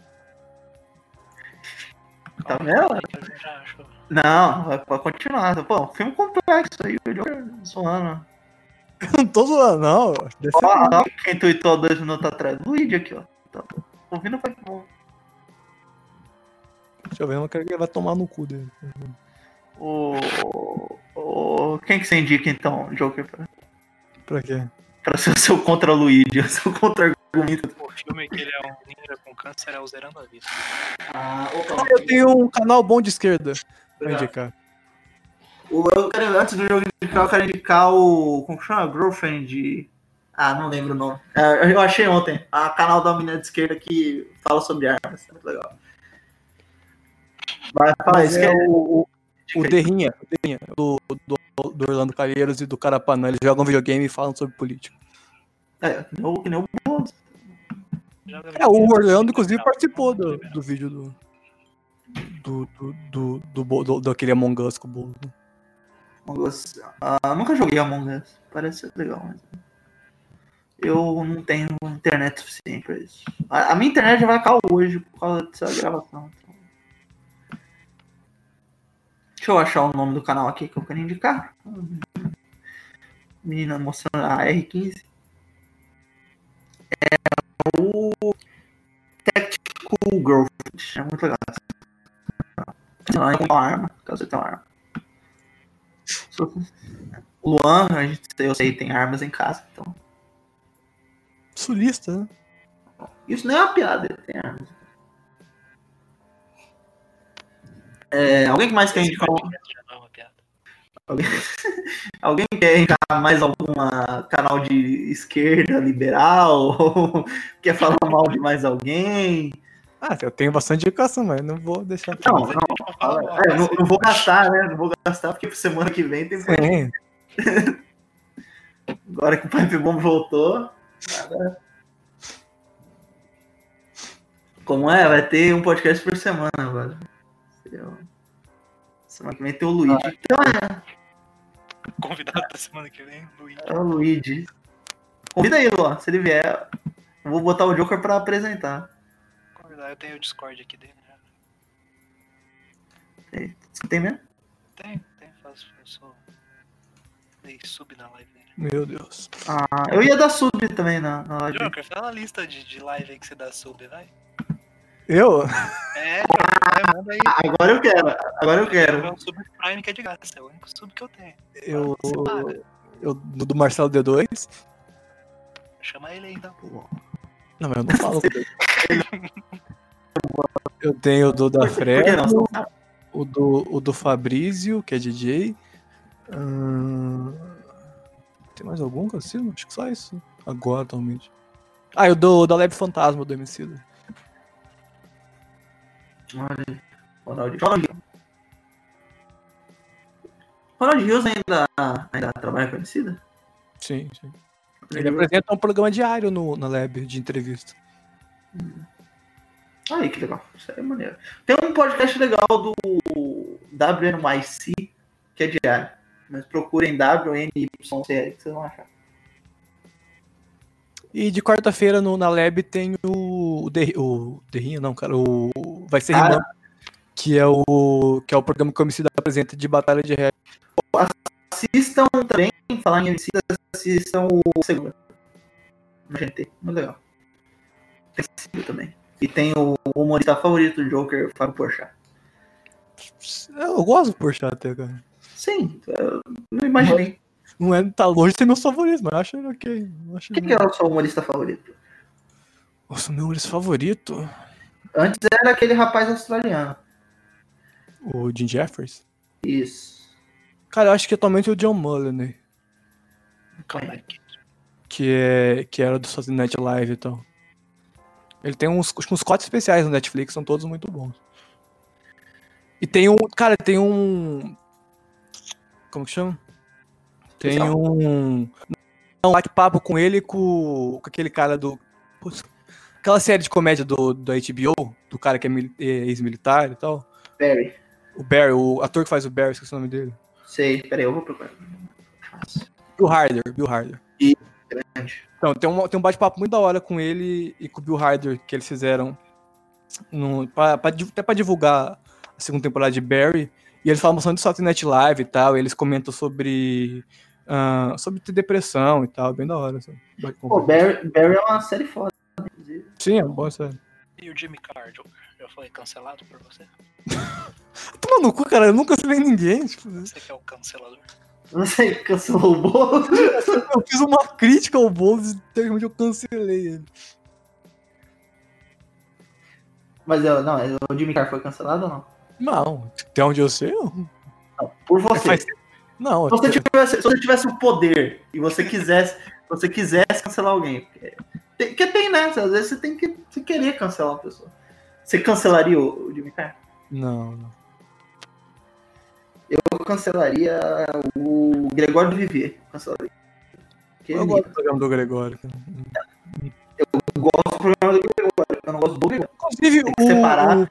Tá vendo? Eu já acho. Não, vai continuar. Pô, filme complexo aí, o Joker zoando. Eu não tô zoando, não. Ó, quem tweetou 2 minutos atrás. Luigi aqui, ó. Tá ouvindo foi bom. Deixa eu ver, eu quero que ele vai tomar no cu dele. Quem que você indica então, Joker? Pra quê? Pra ser o seu contra Luigi, o seu contra-argumento. O filme que ele é um ninja com câncer é o Zerando a Vida. Eu tenho um canal bom de esquerda pra indicar. Antes do jogo indicar, eu quero indicar o. Como que chama? Girlfriend. Não lembro o nome. Eu achei ontem. A canal da menina de esquerda que fala sobre armas. É muito legal. Vai falar isso. O Derrinha, do Orlando Calheiros e do Carapanã. Eles jogam videogame e falam sobre política. Que nem o Boulos. O Orlando, inclusive, participou do vídeo daquele Among Us com o Boulos. Nunca joguei Among Us. Parece ser legal, mas eu não tenho internet suficiente pra isso. A minha internet já vai acabar hoje por causa dessa gravação. Então. Deixa eu achar o nome do canal aqui que eu quero indicar. Menina mostrando a R15. É o Tactical Girlfriend. É muito legal. Não, tem uma arma. Caso você tenha uma arma. O Luan, eu sei, tem armas em casa, então. Sulista, né? Isso não é uma piada, ele tem armas. Alguém que mais quer indicar Alguém quer indicar mais algum canal de esquerda, liberal? Ou quer falar mal de mais alguém? Eu tenho bastante indicação, mas não vou deixar. Não vou gastar, né? Não vou gastar porque semana que vem tem. Agora que o Pipe Bomb voltou. Como é? Vai ter um podcast por semana agora. Semana que vem tem o Luigi. Convidado da semana que vem, Luigi. É o Luigi. Convida aí, Luan. Se ele vier, eu vou botar o Joker pra apresentar. Eu tenho o Discord aqui dele já. Tem mesmo? Tem, faço. Eu sou. Dei sub na live dele. Meu Deus. Eu ia dar sub também na live. Joker, fala a lista de live aí que você dá sub, vai. Eu? Joker, manda aí. Agora eu quero. É um sub Prime que é de graça, é o único sub que eu tenho. Eu. Você paga. Eu do Marcelo D2. Chama ele aí, então. Não, mas eu não falo. Eu tenho o do da Por que Fred, não? o do Fabrício, que é DJ. Tem mais algum que eu assino? Acho que só isso. Agora, atualmente. E o da Lab Fantasma, do Emicida. Olha aí. Ronald Rios ainda trabalha com a Emicida? Sim. Ele apresenta um programa diário na Lab de entrevista. Aí, que legal. Isso aí é maneiro. Tem um podcast legal do WNYC, que é diário. Mas procurem WNYC que vocês vão achar. E de quarta-feira na Lab tem o Derrinha, não, cara. O Vai Ser Rimando, que é o programa que o Emicida apresenta de batalha de rap. Assistam também, falar em Emicida, assistam o Segunda. No GT, muito legal. Tem Emicida também. E tem o humorista favorito do Joker, Fábio Porchat. Eu gosto do Porchat até, cara. Sim, eu não imaginei. Não é, tá longe de ser meu favorito, mas eu acho ele ok. Quem é o seu humorista favorito? Nossa, meu humorista favorito? Antes era aquele rapaz australiano. O Jim Jeffers? Isso. Cara, eu acho que atualmente é o John Mulaney. Que era do Saturday Night Live e tal. Ele tem uns cortes especiais no Netflix, são todos muito bons. E tem um... Cara, tem um... Como que chama? Tem um bate-papo com ele com aquele cara do... Putz, aquela série de comédia da HBO, do cara que é ex-militar e tal. Barry. O Barry, o ator que faz o Barry, esqueci o nome dele. Sei, peraí, eu vou procurar. Bill Hader. E grande. Então, tem um bate-papo muito da hora com ele e com o Bill Hader que eles fizeram até pra divulgar a segunda temporada de Barry. E eles falam bastante do Saturday Night Live e tal, e eles comentam sobre ter depressão e tal, bem da hora. Assim. Pô, Barry é uma série foda, inclusive. Sim, é uma boa série. E o Jimmy Carr, Joker? Já foi cancelado por você? Toma no cu, cara, eu nunca cancelei ninguém. Tipo, Você que é o cancelador. Você cancelou o Boulos? eu fiz uma crítica ao Boulos e terminalmente eu cancelei ele. Mas o Jimmy Carr foi cancelado ou não? Não, até onde eu sei, Não, por você. Não, Se você tivesse o poder e você quisesse cancelar alguém. Porque tem, né? Às vezes você tem que querer cancelar uma pessoa. Você cancelaria o Jimmy Carr? Não. Eu cancelaria o Gregório do Vivier. Eu gosto do programa do Gregório. Eu gosto do programa do Gregório. Eu não gosto do Gregório. Inclusive, tem que separar.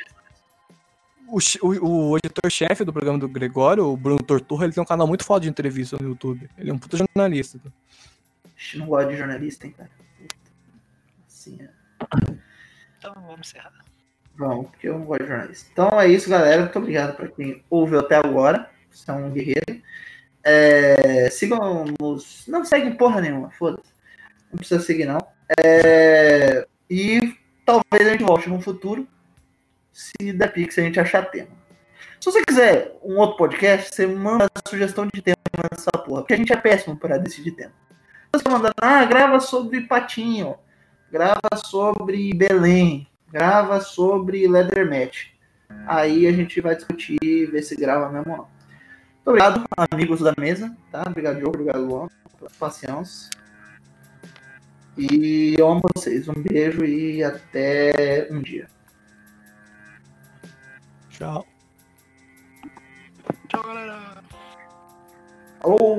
O editor-chefe do programa do Gregório, o Bruno Torturra, ele tem um canal muito foda de entrevista no YouTube. Ele é um puta jornalista. Não gosto de jornalista, hein, cara. Assim, Então vamos encerrar. Vamos, porque eu não gosto de jornalista. Então é isso, galera. Muito obrigado pra quem ouviu até agora. Você é um guerreiro. Sigam-nos. Não seguem porra nenhuma, foda-se. Não precisa seguir, não. E talvez a gente volte no futuro. Se der pix, a gente achar tema. Se você quiser um outro podcast, você manda a sugestão de tema nessa porra. Porque a gente é péssimo para decidir tema. Você tá mandando, grava sobre Patinho. Grava sobre Belém. Grava sobre Leather Match. Aí a gente vai discutir e ver se grava mesmo ou não. Muito obrigado, amigos da mesa. Tá? Obrigado, Diogo. Obrigado, Luan. Pela paciência. E eu amo vocês. Um beijo e até um dia. Tchau. Tchau, galera. Alô!